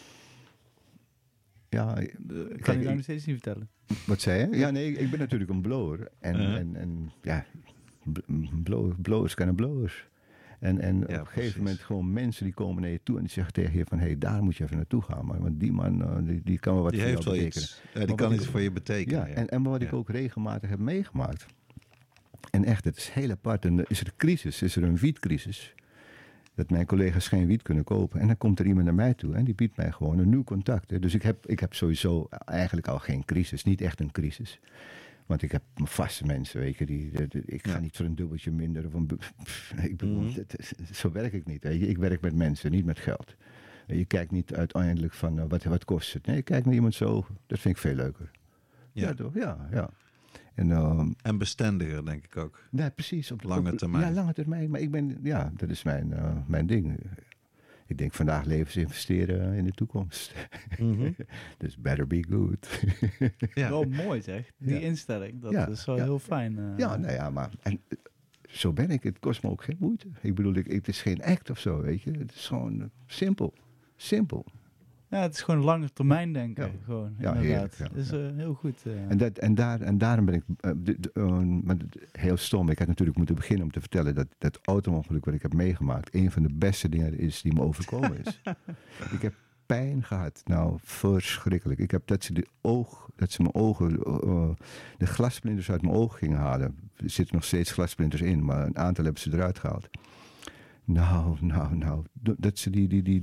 Ja, Ik kan je nou nog steeds niet vertellen. wat zei je? Ja, nee, ik ben natuurlijk een blower. En blowers kennen blowers. En op een gegeven moment gewoon mensen die komen naar je toe en die zeggen tegen je van, hé, daar moet je even naartoe gaan. Maar want die man, die kan wel wat Die voor heeft jou wel betekenen. iets. Die kan iets voor je betekenen. Ja, en wat ik ook regelmatig heb meegemaakt. En echt, het is heel apart. En is er een crisis, is er een wietcrisis. Dat mijn collega's geen wiet kunnen kopen. En dan komt er iemand naar mij toe en die biedt mij gewoon een nieuw contact. Hè. Dus ik heb sowieso eigenlijk al geen crisis. Niet echt een crisis. Want ik heb mijn vaste mensen, weet je. Ik ga niet voor een dubbeltje minder. Of ik bedoel, zo werk ik niet. Weet je. Ik werk met mensen, niet met geld. Je kijkt niet uiteindelijk van wat kost het. Nee, je kijkt naar iemand zo. Dat vind ik veel leuker. Ja toch? Ja. En bestendiger, denk ik ook. Nee, precies. Op Lange termijn. Ja, lange termijn. Maar dat is mijn ding. Ik denk vandaag levens investeren in de toekomst. Dus better be good. Ja. Wel mooi zeg, die Ja. instelling. Dat Ja, is wel ja. heel fijn. Maar zo ben ik. Het kost me ook geen moeite. Ik bedoel, het is geen act of zo, weet je. Het is gewoon simpel. Simpel. Ja, het is gewoon langer termijn denken. Ja. Gewoon, Ja, inderdaad. heerlijk, ja. Dat is heel goed. En daarom ben ik maar heel stom. Ik had natuurlijk moeten beginnen om te vertellen dat auto-ongeluk wat ik heb meegemaakt een van de beste dingen is die me overkomen is. Ik heb pijn gehad. Nou, verschrikkelijk. Ik heb dat ze mijn ogen, de glassplinters uit mijn ogen gingen halen. Er zitten nog steeds glassplinters in, maar een aantal hebben ze eruit gehaald. Nou. Dat ze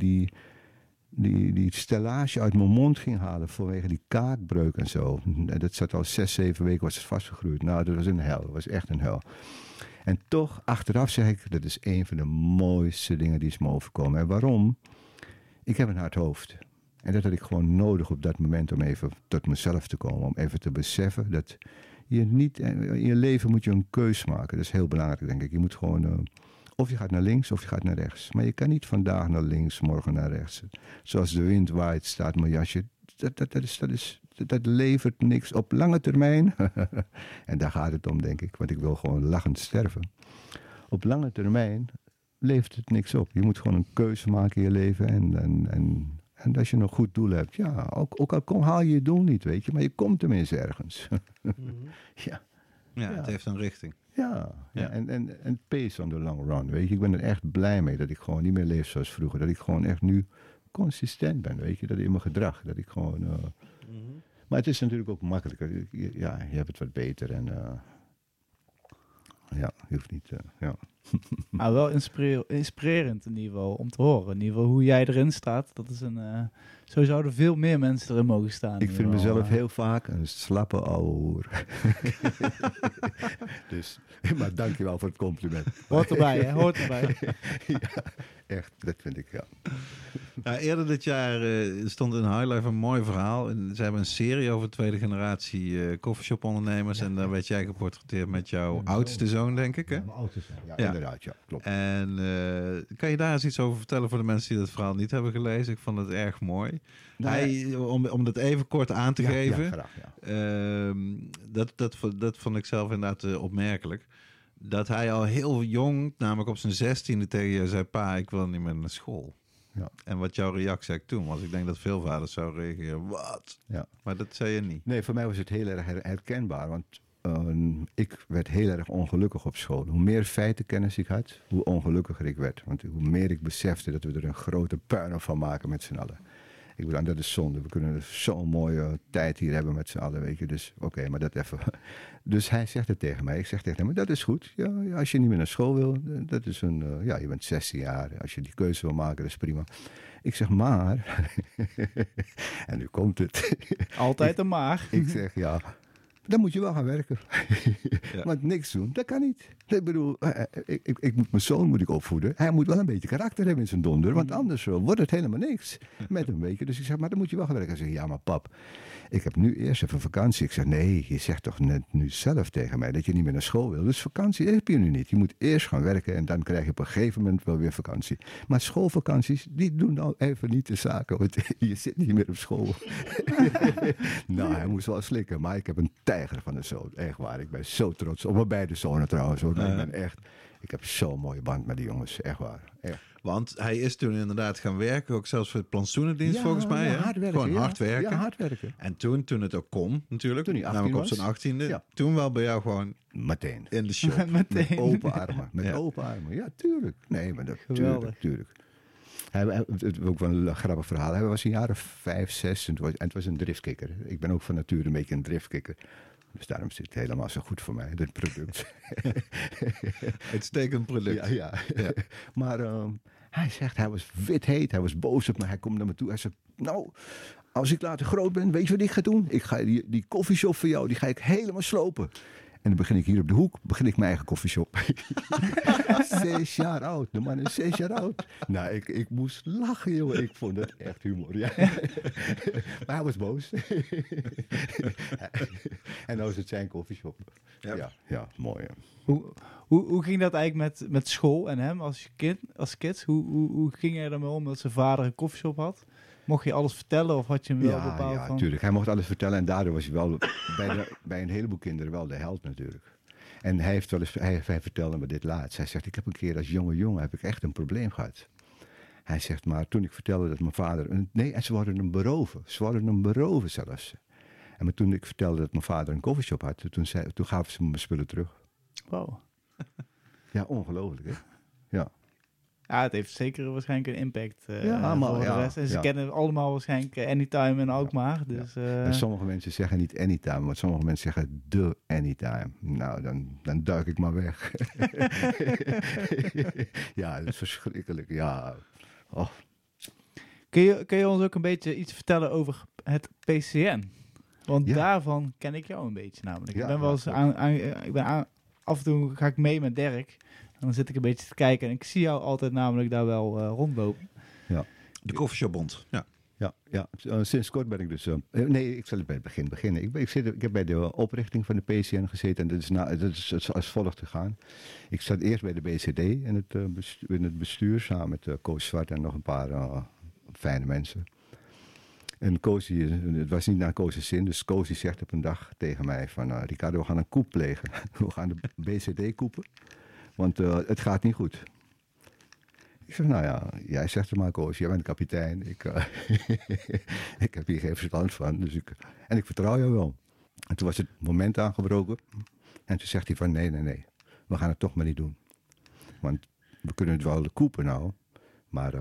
die stellage uit mijn mond ging halen vanwege die kaakbreuk en zo. Dat zat al 6, 7 weken was het vastgegroeid. Nou, dat was een hel. Dat was echt een hel. En toch, achteraf zeg ik, dat is een van de mooiste dingen die is me overkomen. En waarom? Ik heb een hard hoofd. En dat had ik gewoon nodig op dat moment om even tot mezelf te komen. Om even te beseffen dat je niet... In je leven moet je een keus maken. Dat is heel belangrijk, denk ik. Je moet gewoon... Of je gaat naar links of je gaat naar rechts. Maar je kan niet vandaag naar links, morgen naar rechts. Zoals de wind waait, staat mijn jasje. Dat levert niks op lange termijn. En daar gaat het om, denk ik. Want ik wil gewoon lachend sterven. Op lange termijn levert het niks op. Je moet gewoon een keuze maken in je leven. En als je een goed doel hebt. Ja, ook al haal je je doel niet, weet je. Maar je komt tenminste ergens. Ja. Ja, het heeft een richting. Ja. En pace on the long run, weet je. Ik ben er echt blij mee dat ik gewoon niet meer leef zoals vroeger. Dat ik gewoon echt nu consistent ben, weet je. Dat in mijn gedrag, dat ik gewoon... Maar het is natuurlijk ook makkelijker. Ja, je hebt het wat beter en... je hoeft niet... Maar wel inspirerend in ieder geval om te horen. In ieder geval hoe jij erin staat. Dat is zo zouden veel meer mensen erin mogen staan. Ik vind mezelf heel vaak een slappe ouwer. Dus, maar dankjewel voor het compliment. Hoort erbij, hè? Hoort erbij. Ja, echt, dat vind ik, ja. Nou, eerder dit jaar stond in Highlife een mooi verhaal. En ze hebben een serie over tweede generatie coffeeshop ondernemers. En daar werd jij geportretteerd met jouw oudste zoon, denk ik, hè? Ja, mijn oudste zoon. Ja, Ja. inderdaad, ja, klopt. En kan je daar eens iets over vertellen voor de mensen die dat verhaal niet hebben gelezen? Ik vond het erg mooi. Nou, Om dat even kort aan te geven. Ja, graag, ja. Dat vond ik zelf inderdaad opmerkelijk. Dat hij al heel jong, namelijk op zijn 16e tegen je zei... Pa, ik wil niet meer naar school. Ja. En wat jouw reactie eigenlijk toen was. Ik denk dat veel vaders zouden reageren. Wat? Ja. Maar dat zei je niet. Nee, voor mij was het heel erg herkenbaar. Want ik werd heel erg ongelukkig op school. Hoe meer feitenkennis ik had, hoe ongelukkiger ik werd. Want hoe meer ik besefte dat we er een grote puinhoop van maken met z'n allen. Ik bedoel, dat is zonde. We kunnen zo'n mooie tijd hier hebben met z'n allen, weet je. Dus oké, maar dat even. Dus hij zegt het tegen mij. Ik zeg tegen hem, dat is goed. Ja, als je niet meer naar school wil, dat is je bent 16 jaar. Als je die keuze wil maken, dat is prima. Ik zeg, maar... en nu komt het. Altijd een maar. Ik zeg, ja... Dan moet je wel gaan werken. Ja. Want niks doen, dat kan niet. Ik bedoel, ik moet mijn zoon opvoeden. Hij moet wel een beetje karakter hebben in zijn donder. Want anders wordt het helemaal niks. Met een beetje. Dus ik zeg, maar dan moet je wel gaan werken. Hij zegt, ja maar pap, ik heb nu eerst even vakantie. Ik zeg, nee, je zegt toch net nu zelf tegen mij dat je niet meer naar school wil. Dus vakantie heb je nu niet. Je moet eerst gaan werken en dan krijg je op een gegeven moment wel weer vakantie. Maar schoolvakanties, die doen nou even niet de zaken. Want je zit niet meer op school. Nou, hij moest wel slikken. Maar ik heb een tijger van de zoon. Echt waar, ik ben zo trots. Op mijn beide zonen trouwens. Hoor. Ik heb zo'n mooie band met die jongens. Echt waar. Echt. Want hij is toen inderdaad gaan werken. Ook zelfs voor de plantsoenendienst volgens mij. Ja, hè? hard werken. Gewoon hard werken. Ja, hard werken. En toen het ook kon natuurlijk. Toen hij 18 namelijk op was. zijn 18e. Ja. Toen wel bij jou gewoon Meteen. in de shop. Met Meteen. open armen. Met Ja. open armen. Ja, tuurlijk. Nee, maar dat Geweldig. tuurlijk. Het ook wel een grappig verhaal. Hij was een jaar of 5, 6 en het was een driftkikker. Ik ben ook van nature een beetje een driftkikker. Dus daarom zit het helemaal zo goed voor mij, dit product. Uitstekend product. Ja. Maar hij zegt, hij was wit heet, hij was boos op me. Hij komt naar me toe, hij zegt, nou, als ik later groot ben, weet je wat ik ga doen? Ik ga die koffieshop voor jou, die ga ik helemaal slopen. En dan begin ik hier op de hoek, mijn eigen koffieshop. 6 jaar oud, de man is 6 jaar oud. Nou, ik moest lachen, jongen. Ik vond het echt humor, ja. Maar hij was boos. En nou is het zijn koffieshop. Ja, mooi. Ja. Hoe ging dat eigenlijk met school en hem als kids? Hoe ging hij ermee om dat zijn vader een koffieshop had? Mocht je alles vertellen of had je hem wel bepaald Ja, van... natuurlijk. Hij mocht alles vertellen en daardoor was hij wel bij een heleboel kinderen wel de held natuurlijk. En hij vertelde me dit laatst. Hij zegt, ik heb een keer als jonge heb ik echt een probleem gehad. Hij zegt, maar toen ik vertelde dat mijn vader... Nee, ze wilden hem beroven. Ze wilden hem beroven zelfs. En maar toen ik vertelde dat mijn vader een koffieshop had, toen gaven ze me mijn spullen terug. Wow. Ja, ongelooflijk hè? Ja. Ja, het heeft zeker waarschijnlijk een impact voor de rest. En ze kennen allemaal waarschijnlijk Anytime en Alkmaar. Dus, En sommige mensen zeggen niet Anytime, maar sommige mensen zeggen de Anytime. Nou, dan duik ik maar weg. Ja, dat is verschrikkelijk. Ja. Oh. Kun je ons ook een beetje iets vertellen over het PCN? Want daarvan ken ik jou een beetje namelijk. Ja, ik ben wel eens af en toe ga ik mee met Dirk. En dan zit ik een beetje te kijken en ik zie jou altijd namelijk daar wel rondlopen. Ja. De Koffieshopbond. Ja. Sinds kort ben ik dus... nee, ik zal het bij het begin beginnen. Ik heb bij de oprichting van de PCN gezeten en dat is als volgt gegaan. Ik zat eerst bij de BCD in het bestuur samen met Koos Zwart en nog een paar fijne mensen. En Koos, het was niet naar Koos' zin, dus Koos zegt op een dag tegen mij van... Ricardo, we gaan een coup plegen. We gaan de BCD koepen, want het gaat niet goed. Ik zeg, nou ja, jij zegt het maar Koos, jij bent de kapitein. Ik heb hier geen verstand van, dus ik vertrouw jou wel. En toen was het moment aangebroken. En toen zegt hij van nee, we gaan het toch maar niet doen. Want we kunnen het wel koepen nou, maar...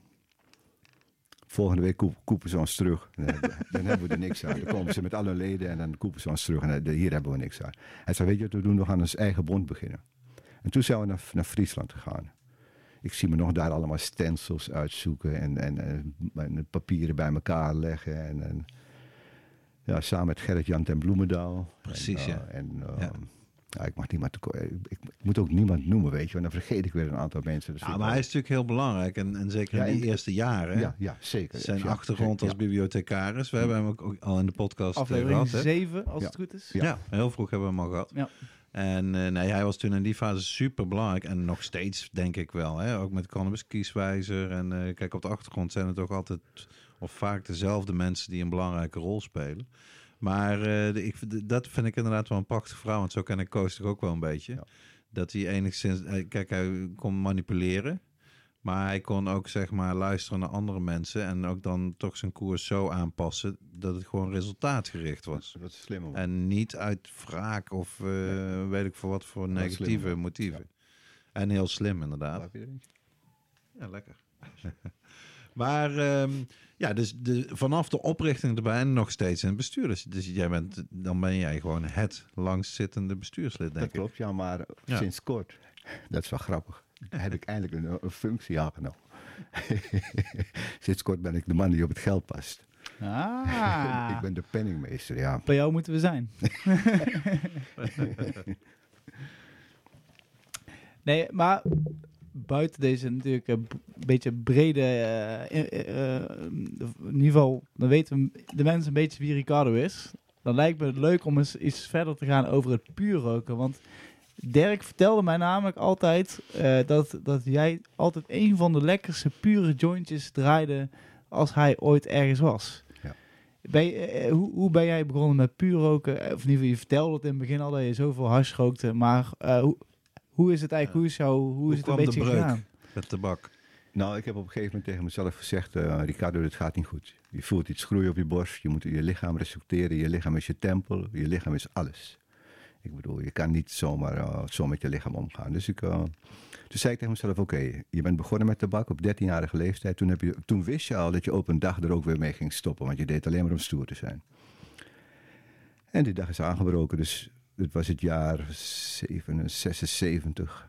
volgende week koepen ze ons terug. Dan hebben we er niks aan. Dan komen ze met alle leden en dan koepen ze ons terug. En hier hebben we niks aan. Hij zei, weet je wat we doen? We gaan ons eigen bond beginnen. En toen zijn we naar Friesland gegaan. Ik zie me nog daar allemaal stencils uitzoeken. En papieren bij elkaar leggen. En samen met Gerrit-Jan ten Bloemendaal. Precies, Ja, ik moet ook niemand noemen, weet je. Want dan vergeet ik weer een aantal mensen. Dus maar hij is natuurlijk heel belangrijk. En zeker in die eerste jaren. Ja, zeker. Zijn achtergrond als bibliothecaris. We hebben hem ook al in de podcast aflevering gehad. 7, als het goed is. Ja, heel vroeg hebben we hem al gehad. Ja. En hij was toen in die fase super belangrijk. En nog steeds, denk ik wel. Hè? Ook met Cannabis Kieswijzer. En kijk, op de achtergrond zijn het ook altijd... of vaak dezelfde mensen die een belangrijke rol spelen. Maar dat vind ik inderdaad wel een prachtige vrouw. Want zo ken ik Koos toch ook wel een beetje. Ja. Dat hij enigszins... Kijk, hij kon manipuleren. Maar hij kon ook zeg maar luisteren naar andere mensen en ook dan toch zijn koers zo aanpassen dat het gewoon resultaatgericht was. Dat is slim. En niet uit wraak of weet ik voor wat voor Dat is negatieve slim. motieven. En heel slim inderdaad. Heb je er eentje? Ja, lekker. Maar dus vanaf de oprichting erbij en nog steeds in het bestuur. Dus dan ben jij gewoon het langstzittende bestuurslid, denk Dat klopt, ja, maar Ja. sinds kort, dat is wel grappig, heb ik eindelijk een functie aangenomen. Sinds kort ben ik de man die op het geld past. Ah, Ik ben de penningmeester, ja. bij jou moeten we zijn. Nee, maar buiten deze natuurlijk een beetje brede niveau, dan weten de mensen een beetje wie Ricardo is. Dan lijkt me het leuk om eens iets verder te gaan over het puur roken. Want Dirk vertelde mij namelijk altijd dat jij altijd een van de lekkerste pure jointjes draaide als hij ooit ergens was. Ja. Hoe ben jij begonnen met puur roken? Of in ieder geval, je vertelde het in het begin al dat je zoveel hash rookte. Maar hoe is het eigenlijk? Hoe is het een kwam de beetje breuk? gegaan? Met tabak. Nou, ik heb op een gegeven moment tegen mezelf gezegd, Ricardo, dit gaat niet goed. Je voelt iets groeien op je borst, je moet je lichaam respecteren, je lichaam is je tempel, je lichaam is alles. Ik bedoel, je kan niet zomaar zo met je lichaam omgaan. Dus toen zei ik tegen mezelf, oké, je bent begonnen met tabak op 13-jarige leeftijd. Toen wist je al dat je op een dag er ook weer mee ging stoppen, want je deed alleen maar om stoer te zijn. En die dag is aangebroken, dus het was het jaar 76.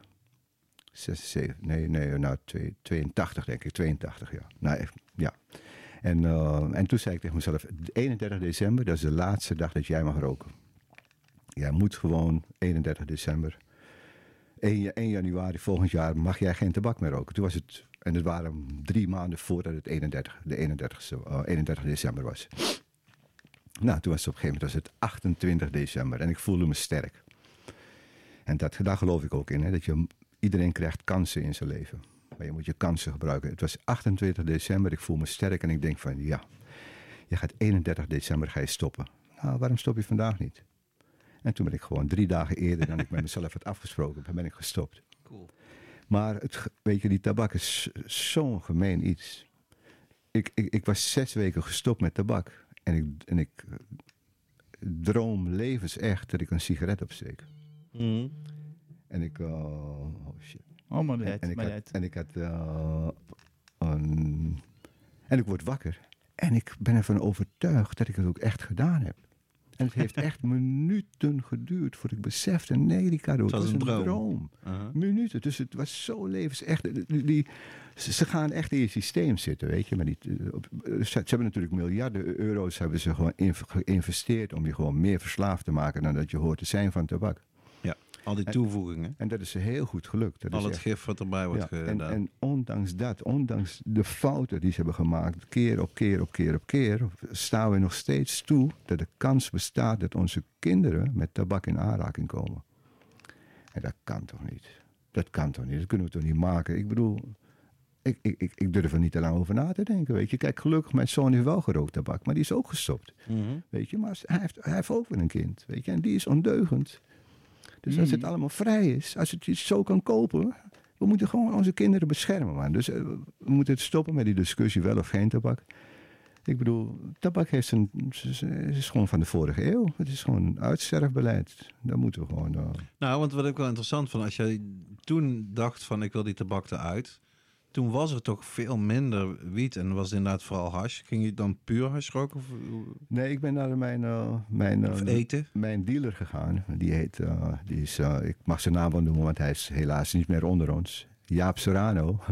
82 denk ik, 82 ja. Nou, echt, ja. En toen zei ik tegen mezelf, 31 december, dat is de laatste dag dat jij mag roken. Jij moet gewoon 31 december, 1 januari volgend jaar mag jij geen tabak meer roken. Toen was het, en het waren 3 maanden voordat het 31 december was. Nou, toen was het op een gegeven moment was het 28 december en ik voelde me sterk. En daar geloof ik ook in, hè, dat iedereen krijgt kansen in zijn leven. Maar je moet je kansen gebruiken. Het was 28 december, ik voel me sterk en ik denk van ja, je gaat 31 december ga je stoppen. Nou, waarom stop je vandaag niet? En toen ben ik gewoon 3 dagen eerder dan ik met mezelf had afgesproken, ben ik gestopt. Cool. Maar weet je, die tabak is zo'n gemeen iets. Ik was 6 weken gestopt met tabak. En ik droom levensecht dat ik een sigaret opsteek. Mm. En ik... oh shit. Oh, maar En ik word wakker. En ik ben ervan overtuigd dat ik het ook echt gedaan heb. En het heeft echt minuten geduurd voordat ik besefte... Nee, Ricardo, het was een droom. Uh-huh. Minuten. Dus het was zo levensecht. Ze gaan echt in je systeem zitten, weet je. Maar ze hebben natuurlijk miljarden euro's hebben ze gewoon geïnvesteerd... om je gewoon meer verslaafd te maken dan dat je hoort te zijn van tabak. Al die toevoegingen. En dat is heel goed gelukt. Dat Al is het echt, gif wat erbij wordt gedaan. en ondanks dat, ondanks de fouten die ze hebben gemaakt... keer op keer, staan we nog steeds toe... dat de kans bestaat dat onze kinderen met tabak in aanraking komen. En dat kan toch niet? Dat kan toch niet? Dat kunnen we toch niet maken? Ik bedoel, ik durf er niet te lang over na te denken, weet je. Kijk, gelukkig, mijn zoon heeft wel gerookt tabak... maar die is ook gestopt, weet je. Maar hij heeft ook weer een kind, weet je. En die is ondeugend... Dus als het allemaal vrij is, als het je zo kan kopen... we moeten gewoon onze kinderen beschermen, man. Dus we moeten het stoppen met die discussie wel of geen tabak. Ik bedoel, tabak is gewoon van de vorige eeuw. Het is gewoon een uitsterfbeleid. Daar moeten we gewoon... Nou, want wat ik wel interessant vond... als jij toen dacht van ik wil die tabak eruit... toen was er toch veel minder wiet en was het inderdaad vooral hash. Ging je dan puur hash roken? Of Nee, ik ben naar of eten? mijn dealer gegaan. Ik mag zijn naam wel noemen, want hij is helaas niet meer onder ons. Jaap Serrano.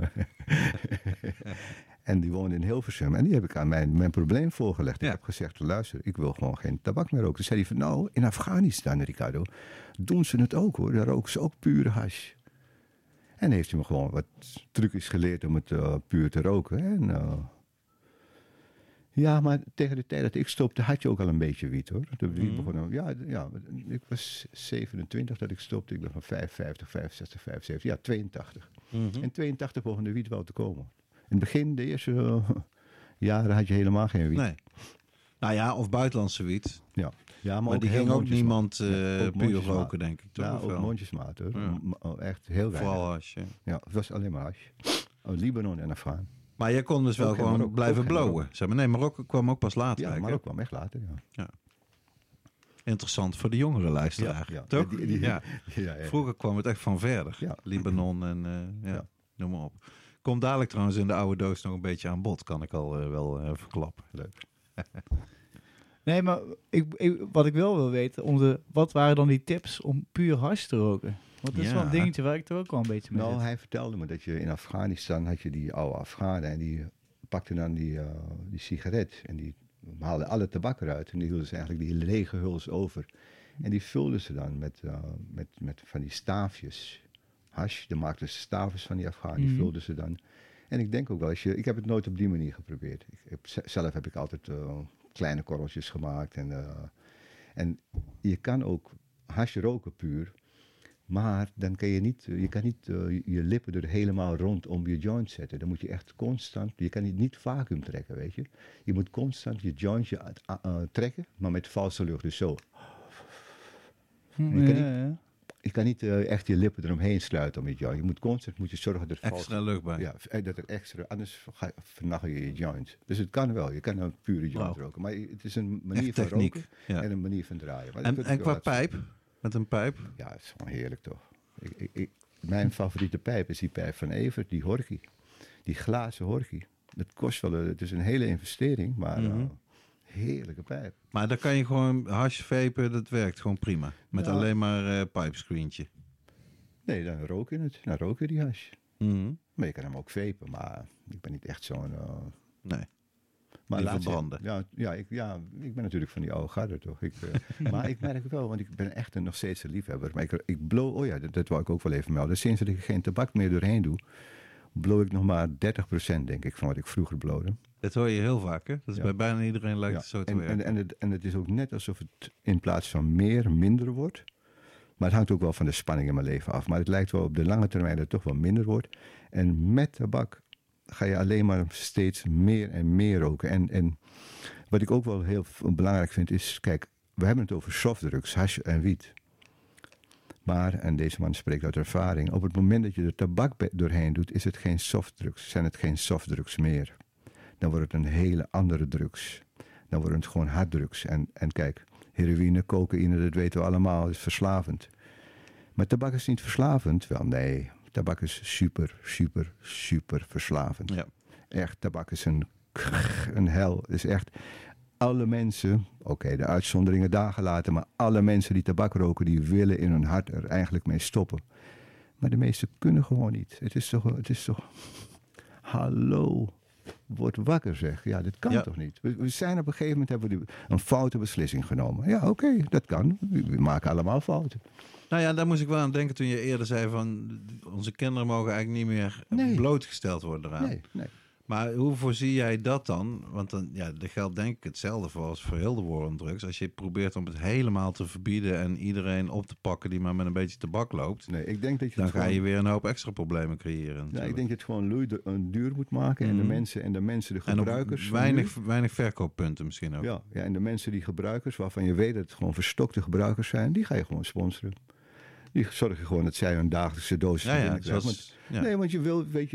En die woonde in Hilversum. En die heb ik aan mijn probleem voorgelegd. Ja. Ik heb gezegd, luister, ik wil gewoon geen tabak meer roken. Toen zei hij van, nou, in Afghanistan, Ricardo, doen ze het ook hoor. Daar roken ze ook pure hash. En heeft hij me gewoon wat trucjes geleerd om het puur te roken. En, ja, maar tegen de tijd dat ik stopte, had je ook al een beetje wiet, hoor. Ik was 27 dat ik stopte. Ik ben van 55, 65, 75, ja, 82. In 82 begon de wiet wel te komen. In het begin, de eerste jaren, had je helemaal geen wiet. Nee. Nou ja, of buitenlandse wiet. Ja, Maar die ging ook niemand ook puur roken, denk ik. Toch? Ja, Of ook wel? mondjesmaat, hoor. Ja. Echt heel weinig. Vooral hash, ja. Ja, het was alleen maar hash. Libanon en Afghaan. Maar je kon dus wel Ook geen gewoon Marokko, blijven ook geen blowen. Marokko. Zeg maar, nee, Marokko kwam ook pas later. Ja, eigenlijk, maar hè? ook wel echt later, ja. Interessant voor de jongere luisteraar. Ja. Toch? Ja. Vroeger kwam het echt van verder. Ja. Libanon en Ja. noem maar op. Komt dadelijk trouwens in de oude doos nog een beetje aan bod. Kan ik al wel verklappen. Leuk. Nee, maar wat ik wel wil weten, wat waren dan die tips om puur hash te roken? Want dat is wel een dingetje waar ik toch ook wel een beetje mee Nou, zit. hij vertelde me dat je in Afghanistan had je die oude Afghanen en die pakten dan die sigaret en die haalden alle tabak eruit en die hielden ze eigenlijk die lege huls over. En die vulden ze dan met van die staafjes hash. Dan maakten ze staafjes van die Afghanen, die vulden ze dan. En ik denk ook wel, ik heb het nooit op die manier geprobeerd. Zelf heb ik altijd kleine korreltjes gemaakt en je kan ook hash roken puur. Maar dan kan je kan niet je lippen er helemaal rondom je joint zetten. Dan moet je echt constant, je kan niet vacuüm trekken, weet je. Je moet constant je jointje trekken, maar met valse lucht, dus zo. Je kan niet echt je lippen eromheen sluiten om je joint. Je moet constant zorgen dat er Extra lucht bij. Ja, dat er extra, anders vernachel je je joint. Dus het kan wel, je kan een pure joint roken. Maar het is een manier van roken en een manier van draaien. Maar en qua pijp? Met een pijp? Ja, het is gewoon heerlijk toch. Mijn favoriete pijp is die pijp van Evert, die Horky. Die glazen Horky. Het kost wel, het is een hele investering, maar heerlijke pijp. Maar dan kan je gewoon hash vapen, dat werkt gewoon prima. Met alleen maar pipescreentje. Nee, dan rook je het. Dan rook je die hash. Maar je kan hem ook vapen, maar ik ben niet echt zo'n... nee. Maar laat branden. Ik ben natuurlijk van die oude garde, toch? Maar ik merk wel, want ik ben echt nog steeds een liefhebber. Maar ik blow, dat wou ik ook wel even melden. Sinds dat ik geen tabak meer doorheen doe, blow ik nog maar 30% denk ik van wat ik vroeger blowde. Dat hoor je heel vaak, hè? Dat is bij bijna iedereen lijkt het zo te werken. En het is ook net alsof het in plaats van minder wordt. Maar het hangt ook wel van de spanning in mijn leven af. Maar het lijkt wel op de lange termijn dat het toch wel minder wordt. En met tabak ga je alleen maar steeds meer en meer roken. En wat ik ook wel heel belangrijk vind is, kijk, we hebben het over softdrugs, hash en wiet. Maar, en deze man spreekt uit ervaring, op het moment dat je er tabak doorheen doet, is het geen softdrugs, zijn het geen softdrugs meer. Dan wordt het een hele andere drugs. Dan wordt het gewoon harddrugs. En kijk, heroïne, cocaïne, dat weten we allemaal, is verslavend. Maar tabak is niet verslavend? Wel, nee. Tabak is super verslavend. Ja. Echt, tabak is een hel. Het is echt, alle mensen, oké, de uitzonderingen daar gelaten, maar alle mensen die tabak roken, die willen in hun hart er eigenlijk mee stoppen. Maar de meesten kunnen gewoon niet. Het is toch, hallo, word wakker zeg. Ja, dit kan toch niet. We zijn op een gegeven moment, hebben we een foute beslissing genomen. Ja, oké, dat kan. We maken allemaal fouten. Nou ja, daar moest ik wel aan denken toen je eerder zei van onze kinderen mogen eigenlijk niet meer blootgesteld worden eraan. Nee. Maar hoe voorzie jij dat dan? Want dan, dat geldt denk ik hetzelfde voor als voor heel de war on drugs. Als je probeert om het helemaal te verbieden en iedereen op te pakken die maar met een beetje tabak loopt, Nee, ik denk dat je dan ga je weer een hoop extra problemen creëren. Ja, ik denk dat je het gewoon duur moet maken en de mensen, de gebruikers. En weinig verkooppunten misschien ook. Ja, en de mensen die gebruikers, waarvan je weet dat het gewoon verstokte gebruikers zijn, die ga je gewoon sponsoren. Die zorgen gewoon dat zij hun dagelijkse dosis binnenkrijgen. Nee, want je wil, weet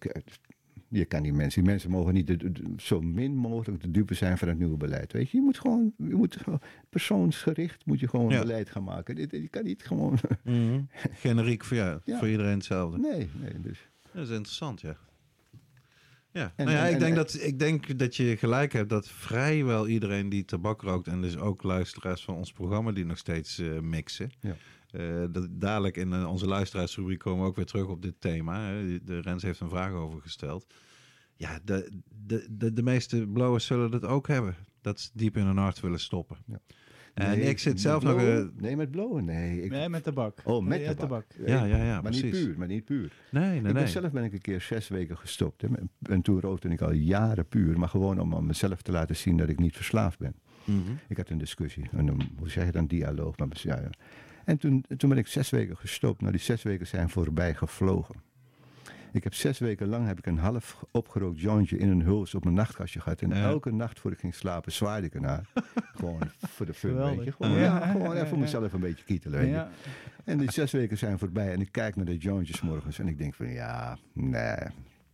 je kan die mensen mogen niet zo min mogelijk de dupe zijn van het nieuwe beleid. Weet je, je moet persoonsgericht moet je gewoon beleid gaan maken. Je kan niet gewoon... Generiek voor iedereen hetzelfde. Nee, dus... Dat is interessant, ik denk dat je gelijk hebt dat vrijwel iedereen die tabak rookt, en dus ook luisteraars van ons programma die nog steeds mixen. Ja. Dadelijk in onze luisteraarsrubriek komen we ook weer terug op dit thema. De Rens heeft een vraag over gesteld. Ja, de meeste blowers zullen dat ook hebben. Dat ze diep in hun hart willen stoppen. Ja. En ik zit zelf nog... Nee, met blowen? Nee, met tabak. Oh, met tabak. Ja, maar precies. Niet puur. Nee. Zelf ben ik een keer 6 weken gestopt. Hè. En toen rookte ik al jaren puur. Maar gewoon om aan mezelf te laten zien dat ik niet verslaafd ben. Mm-hmm. Ik had een discussie. Hoe zeg je dan? Dialoog. Maar en toen ben ik 6 weken gestopt. Nou, die 6 weken zijn voorbij gevlogen. Ik heb 6 weken lang een half opgerookt jointje in een huls op mijn nachtkastje gehad. En elke nacht voor ik ging slapen zwaaide ik ernaar. Gewoon voor de fun, weet je. Gewoon even voor mezelf een beetje kietelen, weet je. En die 6 weken zijn voorbij en ik kijk naar de jointjes morgens en ik denk van nee.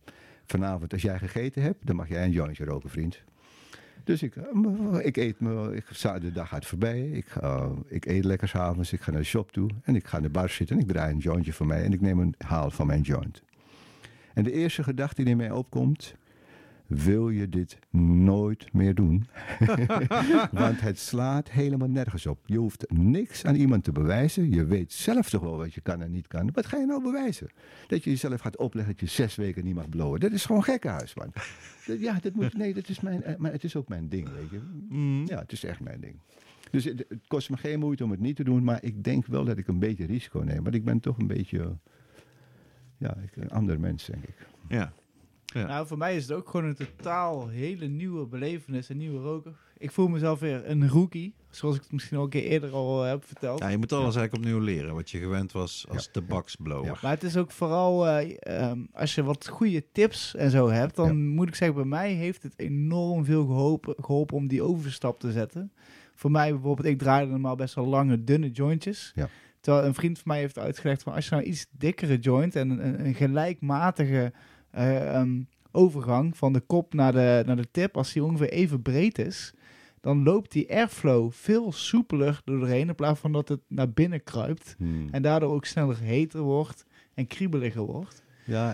vanavond als jij gegeten hebt, dan mag jij een jointje roken, vriend. Dus ik eet de dag gaat voorbij. Ik eet lekker 's avonds. Ik ga naar de shop toe. En ik ga in de bar zitten. En ik draai een jointje voor mij. En ik neem een haal van mijn joint. En de eerste gedachte die in mij opkomt. Wil je dit nooit meer doen? Want het slaat helemaal nergens op. Je hoeft niks aan iemand te bewijzen. Je weet zelf toch wel wat je kan en niet kan. Wat ga je nou bewijzen? Dat je jezelf gaat opleggen dat je 6 weken niet mag blowen. Dat is gewoon gekkenhuis, man. Ja, dat is maar het is ook mijn ding, weet je. Ja, het is echt mijn ding. Dus het kost me geen moeite om het niet te doen. Maar ik denk wel dat ik een beetje risico neem. Want ik ben toch een beetje een ander mens, denk ik. Ja. Ja. Nou, voor mij is het ook gewoon een totaal hele nieuwe belevenis, een nieuwe roker. Ik voel mezelf weer een rookie, zoals ik het misschien al een keer eerder al heb verteld. Ja, je moet alles eigenlijk opnieuw leren, wat je gewend was als tabaksblower. Ja. Maar het is ook vooral, als je wat goede tips en zo hebt, dan moet ik zeggen, bij mij heeft het enorm veel geholpen om die overstap te zetten. Voor mij bijvoorbeeld, ik draaide normaal best wel lange, dunne jointjes. Ja. Terwijl een vriend van mij heeft uitgelegd van, als je nou iets dikkere joint en een gelijkmatige overgang van de kop naar de tip, als die ongeveer even breed is, dan loopt die airflow veel soepeler doorheen in plaats van dat het naar binnen kruipt en daardoor ook sneller heter wordt en kriebeliger wordt. Ja,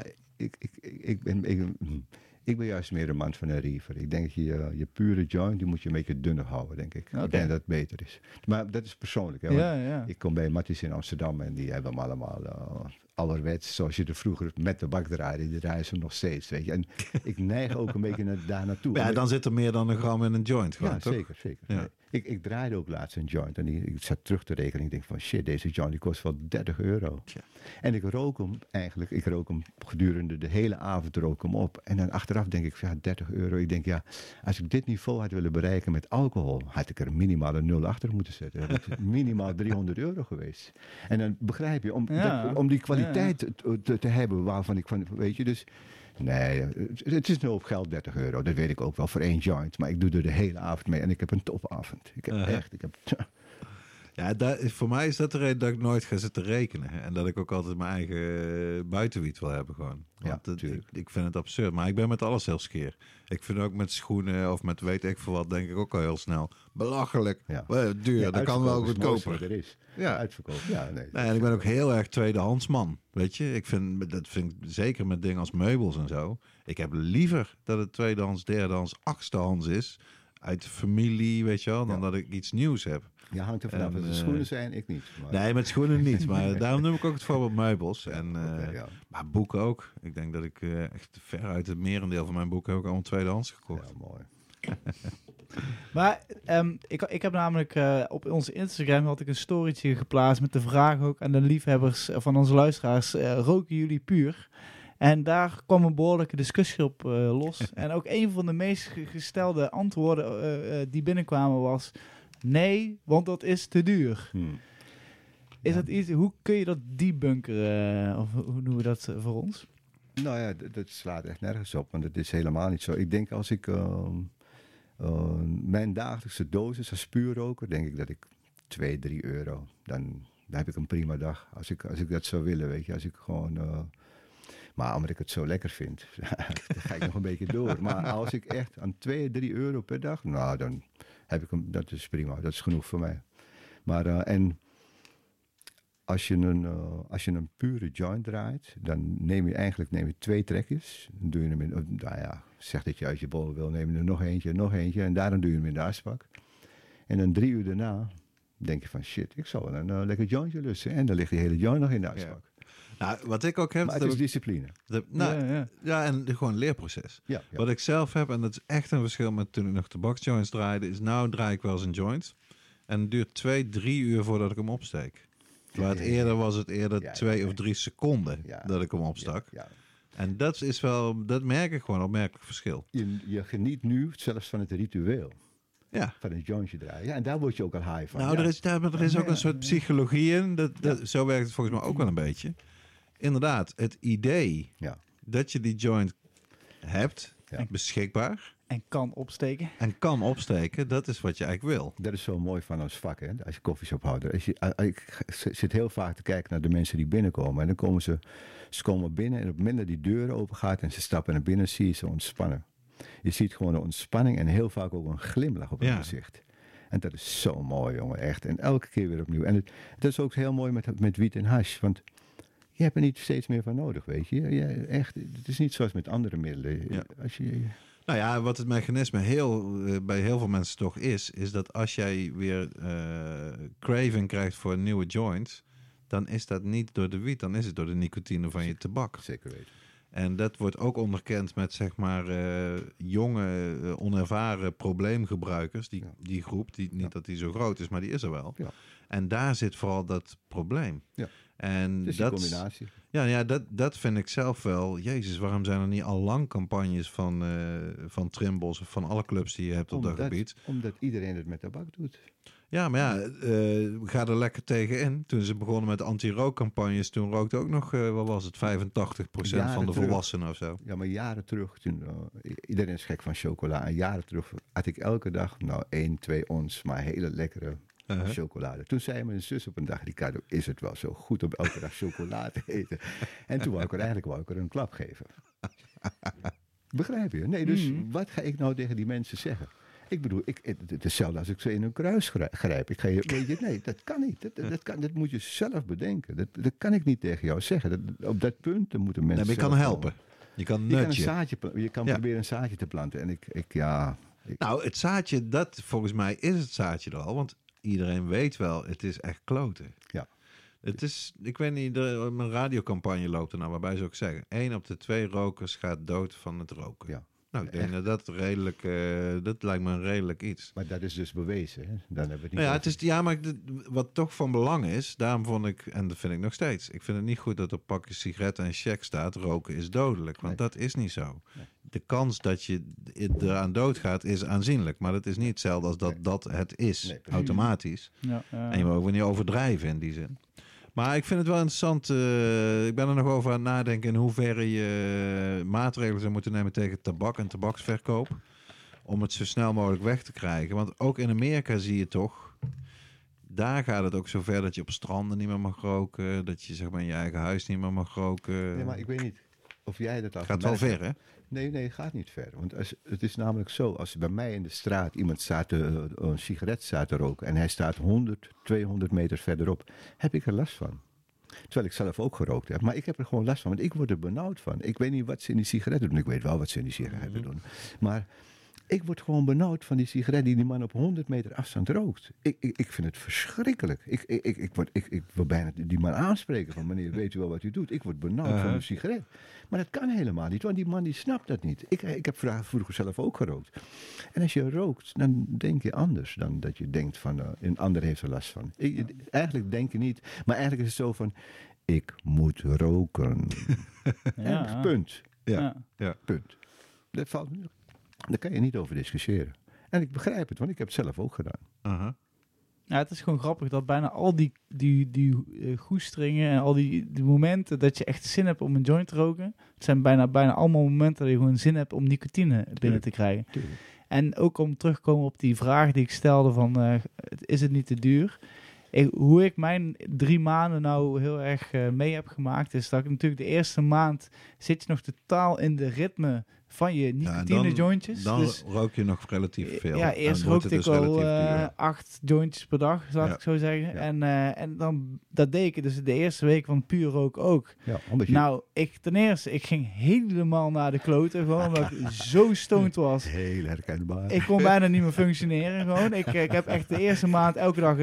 ik ben juist meer een man van een reefer. Ik denk dat je pure joint, die moet je een beetje dunner houden, denk ik. Okay. Ik denk dat het beter is. Maar dat is persoonlijk. Hè, ja. Ik kom bij Matties in Amsterdam en die hebben hem allemaal allerwets, zoals je er vroeger met de bak draaide, die draaien ze nog steeds, weet je. En ik neig ook een beetje daar naartoe. Ja, dan zit er meer dan een gram in een joint gewoon, toch? Zeker. Ja. Nee. Ik draaide ook laatst een joint en ik zat terug te rekenen en ik denk van shit, deze joint die kost wel €30. Ja. En ik rook hem gedurende de hele avond rook hem op. En dan achteraf denk ik, ja, €30. Ik denk, ja, als ik dit niveau had willen bereiken met alcohol, had ik er minimaal een 0 achter moeten zetten. Dat is minimaal €300 geweest. En dan begrijp je, om die kwaliteit te hebben waarvan ik van, weet je, dus nee, het is een hoop geld, €30. Dat weet ik ook wel voor 1 joint. Maar ik doe er de hele avond mee en ik heb een topavond. Ja, voor mij is dat de reden dat ik nooit ga zitten rekenen. En dat ik ook altijd mijn eigen buitenwiet wil hebben gewoon. Want ik vind het absurd. Maar ik ben met alles heel skeer. Ik vind ook met schoenen of met weet ik veel wat, denk ik ook al heel snel. Belachelijk. Ja. Duur, ja, dat kan wel goedkoper. Er is. Ja, uitverkoop. Ja, nee, en ik ben ook heel erg tweedehands man. Weet je, dat vind ik zeker met dingen als meubels en zo. Ik heb liever dat het tweedehands, derdehands, achtstehands is. Uit de familie, weet je wel, dan dat ik iets nieuws heb. Je hangt er vanaf. De schoenen zijn, ik niet. Maar. Nee, met schoenen niet. Maar daarom noem ik ook het voorbeeld meubels. En, maar boeken ook. Ik denk dat ik echt veruit het merendeel van mijn boeken heb ik allemaal tweedehands gekocht. Ja, mooi. Maar ik heb namelijk op onze Instagram had ik een storytje geplaatst met de vraag ook aan de liefhebbers van onze luisteraars. Roken jullie puur? En daar kwam een behoorlijke discussie op los. En ook een van de meest gestelde antwoorden die binnenkwamen was: nee, want dat is te duur. Is dat iets? Hoe kun je dat debunkeren? Of hoe noemen we dat voor ons? Nou ja, dat slaat echt nergens op. Want het is helemaal niet zo. Ik denk als ik mijn dagelijkse dosis als puurroker, denk ik dat ik €2-3. Dan heb ik een prima dag. Als ik dat zou willen, weet je. Als ik gewoon... Maar omdat ik het zo lekker vind, dan ga ik nog een beetje door. Maar als ik echt aan €2-3 per dag, nou dan heb ik hem, dat is prima, dat is genoeg voor mij. Maar en als je een pure joint draait, dan neem je 2 trekjes. Dan doe je hem in, nou ja, zeg dat je uit je bol wil, neem je er nog eentje en daarom doe je hem in de asbak. En dan 3 uur daarna denk je van shit, ik zal wel een lekker jointje lussen. En dan ligt die hele joint nog in de asbak. Ja. Nou, wat ik ook heb... Maar het is discipline. Ja, en gewoon een leerproces. Ja. Wat ik zelf heb, en dat is echt een verschil met toen ik nog tabaksjoints draaide, is nou draai ik wel eens een joint. En het duurt 2-3 uur voordat ik hem opsteek. Waar het eerder was het eerder 2 of 3 seconden dat ik hem opstak. Ja. En dat merk ik gewoon, opmerkelijk verschil. Je geniet nu zelfs van het ritueel. Ja. Van een jointje draaien. Ja, en daar word je ook al high van. Nou, er is ook een soort psychologie in. Zo werkt het volgens mij ook wel een beetje. Inderdaad, het idee dat je die joint hebt, beschikbaar. En kan opsteken. En kan opsteken, dat is wat je eigenlijk wil. Dat is zo mooi van ons vak, hè? Als je koffieshophouder. Ik zit heel vaak te kijken naar de mensen die binnenkomen. En dan komen ze komen binnen en op het moment dat die deur open gaat en ze stappen naar binnen, zie je ze ontspannen. Je ziet gewoon een ontspanning en heel vaak ook een glimlach op hun gezicht. En dat is zo mooi, jongen, echt. En elke keer weer opnieuw. En het is ook heel mooi met wiet en hash, want je hebt er niet steeds meer van nodig, weet je. Echt, het is niet zoals met andere middelen. Ja. Als je... Nou ja, wat het mechanisme bij heel veel mensen toch is dat als jij weer craving krijgt voor een nieuwe joint, dan is dat niet door de wiet, dan is het door de nicotine van je tabak. Zeker weten. En dat wordt ook onderkend met zeg maar jonge, onervaren probleemgebruikers. Die groep, niet dat die zo groot is, maar die is er wel. Ja. En daar zit vooral dat probleem. Ja. En dus die combinatie. Ja, dat vind ik zelf wel. Jezus, waarom zijn er niet al lang campagnes van Trimbos of van alle clubs die je hebt op dat gebied? Omdat iedereen het met tabak doet. Ja, maar ja, ga er lekker tegen in. Toen ze begonnen met anti-rookcampagnes, toen rookte ook nog, wat was het, 85% van de volwassenen of zo. Ja, maar jaren terug, toen, iedereen is gek van chocola. En jaren terug had ik elke dag, 1, 2 ons, maar hele lekkere chocolade. Toen zei mijn zus op een dag, Ricardo, is het wel zo goed om elke dag chocolade te eten? En toen wou ik er een klap geven. Begrijp je? Nee, dus wat ga ik nou tegen die mensen zeggen? Ik bedoel, het is hetzelfde als ik ze in een kruis grijp. Nee, dat kan niet. Dat moet je zelf bedenken. Dat kan ik niet tegen jou zeggen. Op dat punt moeten mensen. Nee, maar je kan helpen. Je kan nudgen. Je kan proberen een zaadje te planten. En Nou, het zaadje, dat volgens mij is het zaadje er al. Want iedereen weet wel, het is echt kloten. Ja. Het is, ik weet niet, een radiocampagne loopt er nou, waarbij ze ook zeggen, 1 op de 2 rokers gaat dood van het roken. Ja. Nou, ik denk dat redelijk, dat lijkt me een redelijk iets. Maar dat is dus bewezen, hè? Dan hebben we het niet maar wat toch van belang is, daarom vond ik, en dat vind ik nog steeds, ik vind het niet goed dat op pakjes sigaretten en check staat, roken is dodelijk, want dat is niet zo. Nee. De kans dat je eraan doodgaat is aanzienlijk, maar dat is niet hetzelfde als dat het is, automatisch. Ja. En je moet ook niet overdrijven in die zin. Maar ik vind het wel interessant. Ik ben er nog over aan het nadenken in hoeverre je maatregelen zou moeten nemen tegen tabak en tabaksverkoop. Om het zo snel mogelijk weg te krijgen. Want ook in Amerika zie je toch, daar gaat het ook zover dat je op stranden niet meer mag roken. Dat je zeg maar in je eigen huis niet meer mag roken. Nee, maar ik weet niet of jij dat al gaat wel ver, hè? Nee, het gaat niet ver. Want het is namelijk zo, als bij mij in de straat iemand een sigaret staat te roken en hij staat 100, 200 meter verderop, heb ik er last van. Terwijl ik zelf ook gerookt heb. Maar ik heb er gewoon last van, want ik word er benauwd van. Ik weet niet wat ze in die sigaretten doen. Ik weet wel wat ze in die sigaretten doen. Maar ik word gewoon benauwd van die sigaret die man op 100 meter afstand rookt. Ik vind het verschrikkelijk. Ik wil bijna die man aanspreken van meneer, weet u wel wat u doet? Ik word benauwd van een sigaret. Maar dat kan helemaal niet, want die man die snapt dat niet. Ik heb vroeger zelf ook gerookt. En als je rookt, dan denk je anders dan dat je denkt van een ander heeft er last van. Eigenlijk denk je niet, maar eigenlijk is het zo van, ik moet roken. En punt. Ja. Punt. Dat valt nu. Daar kan je niet over discussiëren. En ik begrijp het, want ik heb het zelf ook gedaan. Ja, het is gewoon grappig dat bijna al die goesteringen en al die momenten dat je echt zin hebt om een joint te roken, het zijn bijna allemaal momenten dat je gewoon zin hebt om nicotine binnen te krijgen. Tuurlijk. En ook om terug te komen op die vraag die ik stelde van, is het niet te duur? Hoe ik mijn 3 maanden nou heel erg mee heb gemaakt, is dat ik natuurlijk de eerste maand zit je nog totaal in de ritme van je nicotine jointjes. Dan dus, rook je nog relatief veel. Ja, eerst rookte ik al 8 jointjes per dag, laat ik zo zeggen. Ja. En dan, dat deed ik dus de eerste week van puur rook ook. Ja, nou, ik ging helemaal naar de kloten, gewoon omdat ik zo stoned was. Heel herkenbaar. Ik kon bijna niet meer functioneren, gewoon. Ik heb echt de eerste maand elke dag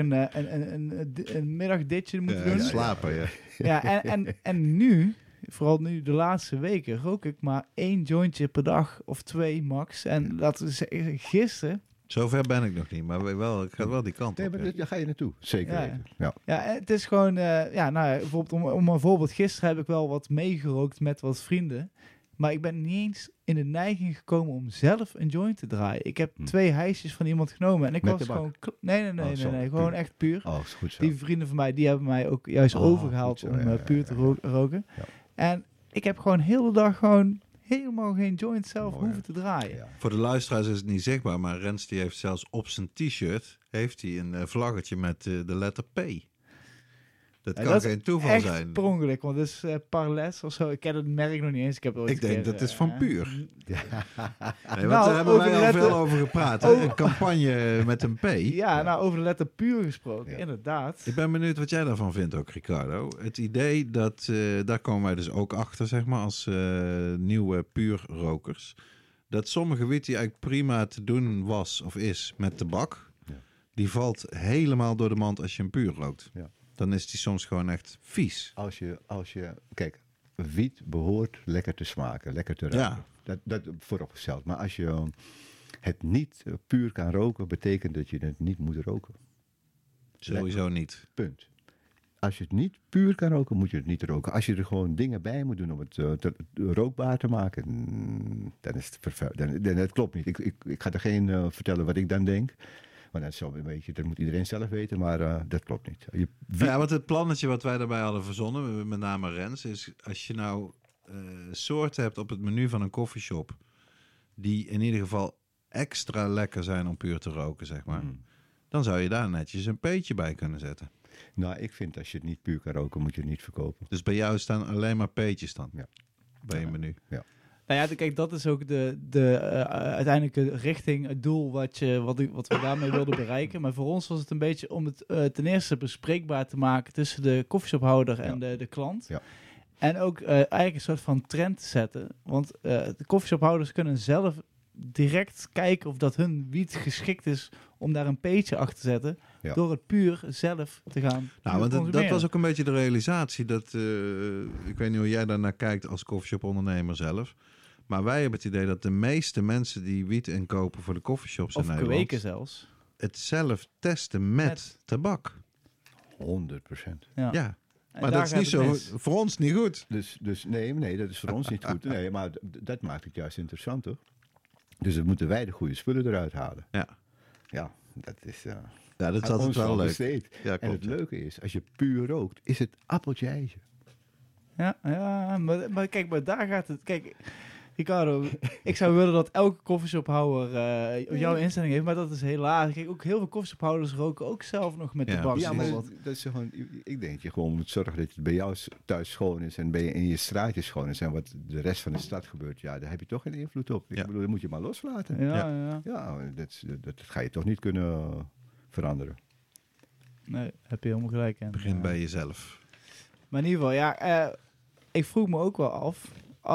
een middagditje moeten doen. Slapen, ja. Ja, en nu, vooral nu de laatste weken, rook ik maar 1 jointje per dag of 2 max. En laten we zeggen, gisteren... Zover ben ik nog niet, maar ik ga wel die kant op. Nee, maar daar ga je naartoe. Zeker weten. Ja, het is gewoon... bijvoorbeeld om een voorbeeld, gisteren heb ik wel wat meegerookt met wat vrienden. Maar ik ben niet eens in de neiging gekomen om zelf een joint te draaien. Ik heb 2 hijsjes van iemand genomen en ik met was gewoon... Nee, gewoon echt puur. Oh, is goed zo. Die vrienden van mij, die hebben mij ook juist overgehaald om puur te roken. Ja. En ik heb gewoon heel de dag gewoon helemaal geen joint zelf Mooi, hoeven te draaien. Ja. Voor de luisteraars is het niet zichtbaar, maar Rens die heeft zelfs op zijn t-shirt heeft hij een vlaggetje met de letter P. Dat Ja, kan dat is geen toeval Echt zijn. per ongeluk, want het is Parles of zo. Ik ken het merk nog niet eens. Ik heb het ooit Ik denk dat is van Puur. Nee, want Nou, daar hebben over wij de al letter- veel over gepraat. Hè? Oh. Een campagne met een P. Ja, nou over de letter Puur gesproken, Ja. inderdaad. Ik ben benieuwd wat jij daarvan vindt ook, Ricardo. Het idee dat, daar komen wij dus ook achter, zeg maar, als nieuwe puurrokers. Dat sommige wiet die eigenlijk prima te doen was of is met tabak, Ja. die valt helemaal door de mand als je een puur rookt. Ja. Dan is die soms gewoon echt vies. Als je, kijk, wiet behoort lekker te smaken, lekker te ruiken. Dat vooropgesteld. Maar als je het niet puur kan roken, betekent dat je het niet moet roken. Sowieso niet. Punt. Als je het niet puur kan roken, moet je het niet roken. Als je er gewoon dingen bij moet doen om het rookbaar te maken, dan is het vervuild. Dan het klopt niet. Ik ga er geen vertellen wat ik dan denk. Maar dat is zo een beetje, dat moet iedereen zelf weten, maar dat klopt niet. Ja, want het plannetje wat wij daarbij hadden verzonnen, met name Rens, is als je nou soorten hebt op het menu van een koffieshop die in ieder geval extra lekker zijn om puur te roken, zeg maar. Dan zou je daar netjes een peetje bij kunnen zetten. Nou, ik vind als je het niet puur kan roken, moet je het niet verkopen. Dus bij jou staan alleen maar peetjes dan? Ja. Bij je menu? Ja. Nou ja, kijk, dat is ook de uiteindelijke richting, het doel wat we daarmee wilden bereiken. Maar voor ons was het een beetje om het ten eerste bespreekbaar te maken tussen de koffieshophouder en de klant. Ja. En ook eigenlijk een soort van trend te zetten. Want de koffieshophouders kunnen zelf direct kijken of dat hun wiet geschikt is om daar een peetje achter te zetten. Ja. Door het puur zelf te gaan Nou, want dat consumeren. was ook een beetje de realisatie dat, ik weet niet hoe jij daarnaar kijkt als koffieshop-ondernemer zelf. Maar wij hebben het idee dat de meeste mensen die wiet inkopen voor de coffeeshops in Of Nederland kweken zelfs. het zelf testen met tabak. 100%. Ja. Ja, En maar daar dat is gaat niet het zo, mis. voor ons niet goed. Dus nee, dat is voor ons niet goed. Nee, maar dat maakt het juist interessant, toch? Dus dan moeten wij de goede spullen eruit halen. Ja, Ja, dat is ja dat is aan altijd ons wel leuk. besteed. Ja, En klopt. het leuke is, als je puur rookt, is het appeltje eitje. Ja, maar kijk, maar daar gaat het. Kijk, Ricardo, ik zou willen dat elke koffieshophouder jouw instelling heeft, maar dat is helaas. Kijk, ook heel veel koffieshophouders roken ook zelf nog met Ja, tabak. precies. Ja, maar bijvoorbeeld. dat is gewoon, ik denk dat je gewoon moet zorgen dat het bij jou thuis schoon is en in je straatje schoon is. En wat de rest van de stad gebeurt, ja, daar heb je toch geen invloed op. Ik Ja. bedoel, dat moet je maar loslaten. Ja. Ja, dat ga je toch niet kunnen veranderen. Nee, heb je helemaal gelijk in. Begin bij jezelf. Maar in ieder geval, ja, ik vroeg me ook wel af,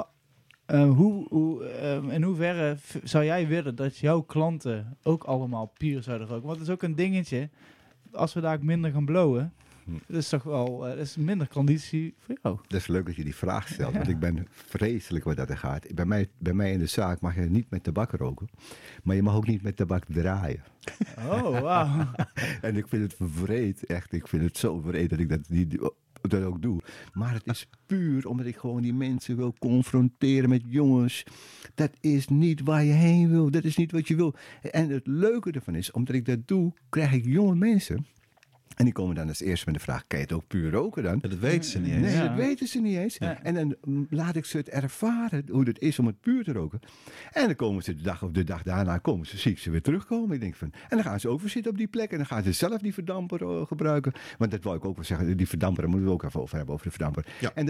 in hoeverre zou jij willen dat jouw klanten ook allemaal puur zouden roken? Want het is ook een dingetje, als we daar ook minder gaan blowen, dat is toch wel, dat is minder conditie voor jou. Dat is leuk dat je die vraag stelt, want ik ben vreselijk wat dat er gaat. Bij mij in de zaak mag je niet met tabak roken, maar je mag ook niet met tabak draaien. Oh, wauw. En ik vind het wreed, echt. Ik vind het zo wreed dat ik dat ook doe. Maar het is puur omdat ik gewoon die mensen wil confronteren met jongens. Dat is niet waar je heen wil. Dat is niet wat je wil. En het leuke ervan is, omdat ik dat doe, krijg ik jonge mensen. En die komen dan als eerste met de vraag, kan je het ook puur roken dan? Ja, dat weten ze niet eens. Nee, Ja. dat weten ze niet eens. Ja. En dan laat ik ze het ervaren hoe het is om het puur te roken. En dan komen ze de dag daarna, zie ik ze weer terugkomen. Ik denk van, en dan gaan ze ook weer zitten op die plek. En dan gaan ze zelf die verdamper gebruiken. Want dat wou ik ook wel zeggen, die verdamper, daar moeten we ook even over hebben, over de verdamper. Ja. En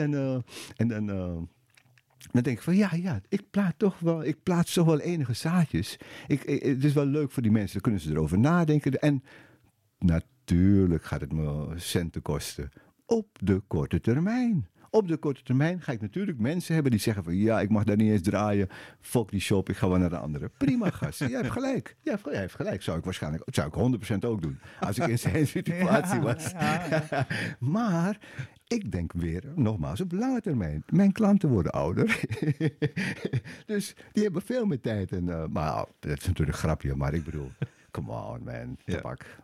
dan denk ik van, ja, ik plaats toch wel enige zaadjes. Het is wel leuk voor die mensen, dan kunnen ze erover nadenken. En natuurlijk gaat het me centen kosten. Op de korte termijn. Op de korte termijn ga ik natuurlijk mensen hebben die zeggen van, ja, ik mag daar niet eens draaien. Fuck die shop, ik ga wel naar de andere. Prima, gast. Jij hebt gelijk. Jij heeft gelijk. Zou ik 100% ook doen. Als ik in zijn situatie was. Maar ik denk weer, nogmaals, op lange termijn. Mijn klanten worden ouder. Dus die hebben veel meer tijd. Maar dat is natuurlijk een grapje, maar ik bedoel, come on man, tabak.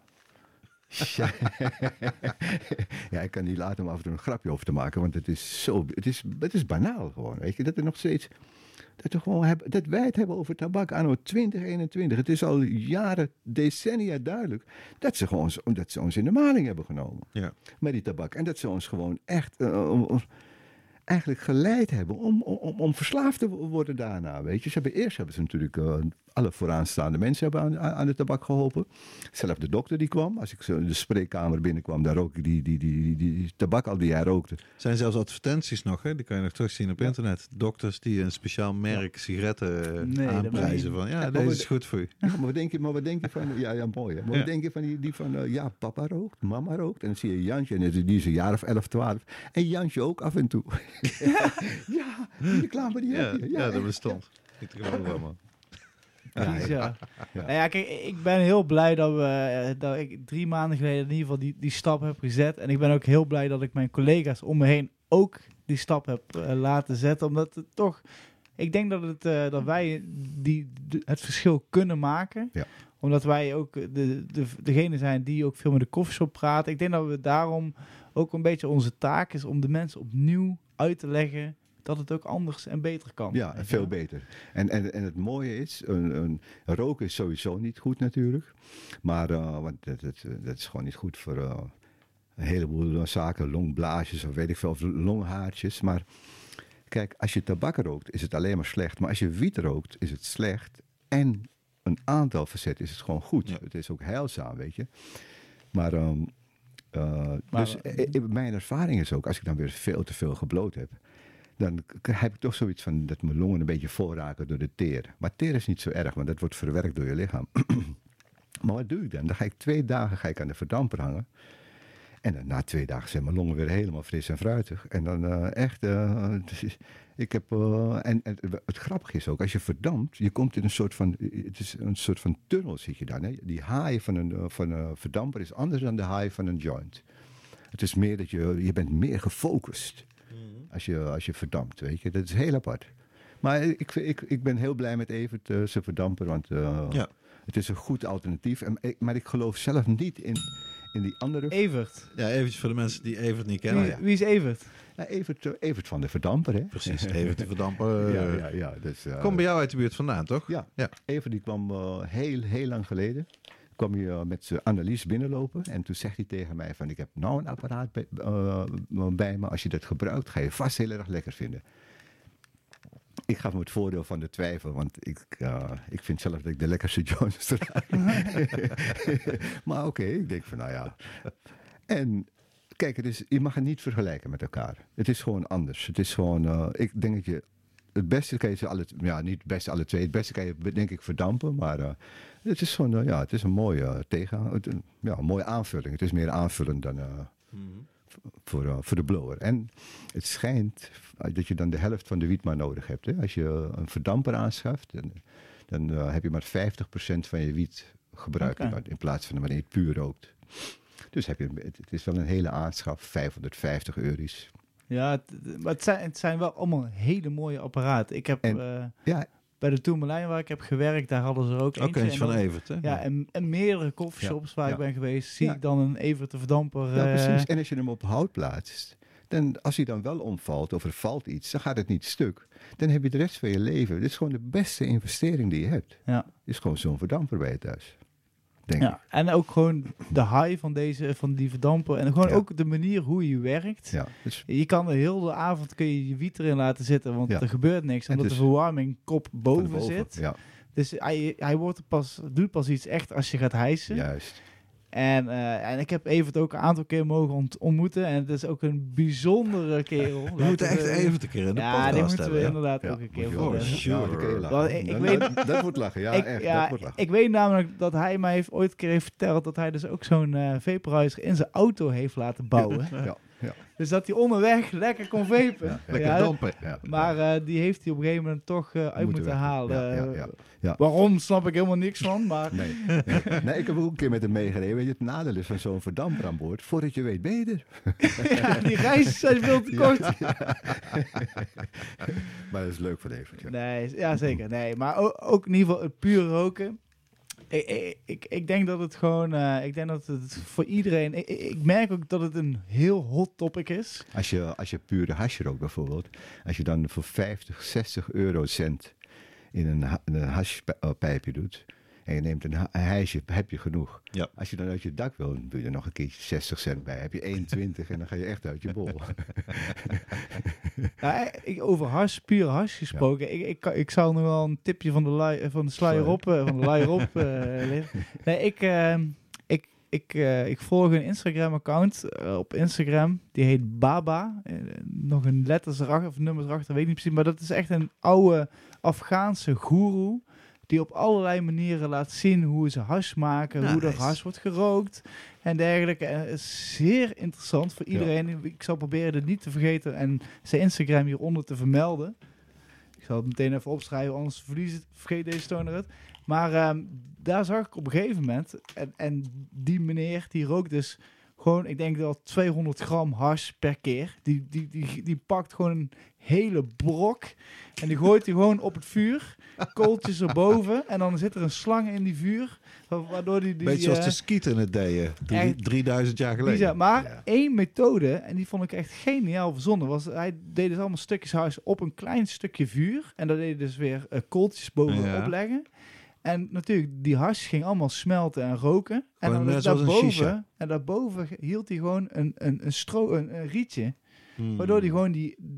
Ja, ik kan niet laten om af en toe een grapje over te maken, want het is banaal gewoon, weet je, dat er nog steeds, dat wij het hebben over tabak anno 2021. Het is al jaren, decennia duidelijk dat ze ons in de maling hebben genomen Ja. met die tabak en dat ze ons gewoon echt, eigenlijk geleid hebben om verslaafd te worden daarna, weet je. Eerst hebben ze natuurlijk alle vooraanstaande mensen hebben aan de tabak geholpen. Zelf de dokter die kwam, als ik zo in de spreekkamer binnenkwam, daar rook ik die tabak al die jij rookte. Er zijn zelfs advertenties nog, hè? Die kan je nog terugzien op internet. Dokters die een speciaal merk sigaretten aanprijzen van, deze is goed voor je. Ja, maar wat denk je van, ja mooi hè. Maar wat denk je van die van, papa rookt, mama rookt. En dan zie je Jantje, en die is een jaar of 11, 12. En Jantje ook af en toe. Ja, die reclame die heb je. Ja, dat bestond. Ik geloof wel, man. Ja. Nou ja, kijk, ik ben heel blij dat ik 3 maanden geleden in ieder geval die stap heb gezet. En ik ben ook heel blij dat ik mijn collega's om me heen ook die stap heb laten zetten. Omdat het toch... Ik denk dat wij het verschil kunnen maken. Ja. Omdat wij ook degene zijn die ook veel met de koffieshop praten. Ik denk dat we daarom ook een beetje onze taak is om de mensen opnieuw uit te leggen dat het ook anders en beter kan. Ja, veel beter. En het mooie is, roken is sowieso niet goed natuurlijk. Maar want dat is gewoon niet goed voor een heleboel zaken. Longblaasjes of weet ik veel, of longhaartjes. Maar kijk, als je tabak rookt is het alleen maar slecht. Maar als je wiet rookt is het slecht. En een aantal facetten is het gewoon goed. Ja. Het is ook heilzaam, weet je. Maar dus mijn ervaring is ook, als ik dan weer veel te veel gebloot heb, dan heb ik toch zoiets van dat mijn longen een beetje vol raken door de teer. Maar teer is niet zo erg, want dat wordt verwerkt door je lichaam. Maar wat doe ik dan? Dan ga ik 2 dagen aan de verdamper hangen. En dan na 2 dagen zijn mijn longen weer helemaal fris en fruitig. En dan het grappige is ook, als je verdampt, je komt in een soort van tunnel zit je dan. Hè? Die haai van een verdamper is anders dan de haai van een joint. Het is meer dat je bent meer gefocust. Als je verdampt, weet je. Dat is heel apart. Maar ik ben heel blij met Evert, zijn verdamper. Want het is een goed alternatief. Maar ik geloof zelf niet in die andere... Evert. Ja, eventjes voor de mensen die Evert niet kennen. Wie is Evert? Ja, Evert van de verdamper, hè. Precies, Evert de verdamper. Ja. Dus, komt bij jou uit de buurt vandaan, toch? Ja. Evert die kwam heel lang geleden. Kwam hij met zijn analyse binnenlopen. En toen zegt hij tegen mij van, ik heb nou een apparaat bij me. Als je dat gebruikt, ga je vast heel erg lekker vinden. Ik gaf me het voordeel van de twijfel, want ik vind zelf dat ik de lekkerste joints draai. Maar oké, ik denk van nou ja. En kijk, je mag het niet vergelijken met elkaar. Het is gewoon anders. Het is gewoon, ik denk dat je het beste kan je niet het beste alle twee. Het beste kan je denk ik verdampen, maar het is gewoon, het is een mooie een mooie aanvulling. Het is meer aanvullend dan voor de blower. En het schijnt dat je dan de helft van de wiet maar nodig hebt. Hè? Als je een verdamper aanschaft, dan heb je maar 50% van je wiet gebruikt in plaats van wanneer je het puur rookt. Dus het is wel een hele aanschaf, 550 euro's. Ja, maar het zijn wel allemaal hele mooie apparaten. Ik heb bij de Tourmalijn waar ik heb gewerkt, daar hadden ze er ook eentje van Evert, hè? Ja, en meerdere coffeeshops waar ik ben geweest, zie ik dan een Evert de verdamper. Ja, precies. En als je hem op hout plaatst, als hij dan wel omvalt of er valt iets, dan gaat het niet stuk. Dan heb je de rest van je leven. Dit is gewoon de beste investering die je hebt. Ja. Is gewoon zo'n verdamper bij je thuis. Denk ik. En ook gewoon de high van die verdamper. En gewoon ook de manier hoe je werkt. Ja, dus je kan de hele avond je wiet erin laten zitten, want er gebeurt niks. Omdat de verwarming kop boven zit. Ja. Dus hij doet pas iets echt als je gaat hijsen. Juist. En ik heb Evert ook een aantal keer mogen ontmoeten. En het is ook een bijzondere kerel. We moeten echt Evert een keer in de podcast hebben. Ja, die moeten we inderdaad ook een keer voor. Dat wordt lachen. Ja, dat wordt lachen. Ik weet namelijk dat hij mij ooit een keer heeft verteld dat hij dus ook zo'n vaporizer in zijn auto heeft laten bouwen. Ja. Dus dat hij onderweg lekker kon vapen. Lekker dampen. Ja. Maar die heeft hij op een gegeven moment toch uit moeten halen. Ja. Waarom, snap ik helemaal niks van. Maar... Nee, ik heb ook een keer met hem meegereden. Weet je, het nadeel is van zo'n verdamper aan boord. Voordat je weet, ben je er. Die reis zijn veel te kort. Maar dat is leuk voor Evert. Nee, ja, zeker. Nee, maar ook in ieder geval het puur roken. Ik denk dat het gewoon... ik denk dat het voor iedereen... Ik merk ook dat het een heel hot topic is. Als je pure hash rookt bijvoorbeeld... Als je dan voor 50, 60 eurocent in een hashpijpje doet... en je neemt een hijsje, heb je genoeg. Ja. Als je dan uit je dak wil, doe je er nog een keertje 60 cent bij. Heb je 1,20 en dan ga je echt uit je bol. Over hash, puur hash gesproken. Ik zou nog wel een tipje van de sluier op leveren. Nee, ik volg een Instagram-account op Instagram. Die heet Baba. Nog een letters erachter of nummers erachter, weet ik niet precies. Maar dat is echt een oude Afghaanse goeroe. Die op allerlei manieren laat zien hoe ze hash maken. Hoe er hash wordt gerookt. En dergelijke. Zeer interessant voor iedereen. Ja. Ik zal proberen het niet te vergeten. En zijn Instagram hieronder te vermelden. Ik zal het meteen even opschrijven. Anders vergeet deze stoner het. Maar daar zag ik op een gegeven moment. En die meneer die rookt dus gewoon, ik denk wel 200 gram hash per keer. Die pakt gewoon een hele brok. En die gooit hij gewoon op het vuur. Kooltjes erboven. En dan zit er een slang in die vuur. Waardoor die beetje zoals de skieten het deden. 3000 jaar geleden. Één methode, en die vond ik echt geniaal verzonnen, was hij deed dus allemaal stukjes hash op een klein stukje vuur. En daar deed hij dus weer kooltjes bovenop leggen. En natuurlijk, die hash ging allemaal smelten en roken. En dan daarboven hield hij gewoon een rietje. Waardoor hij gewoon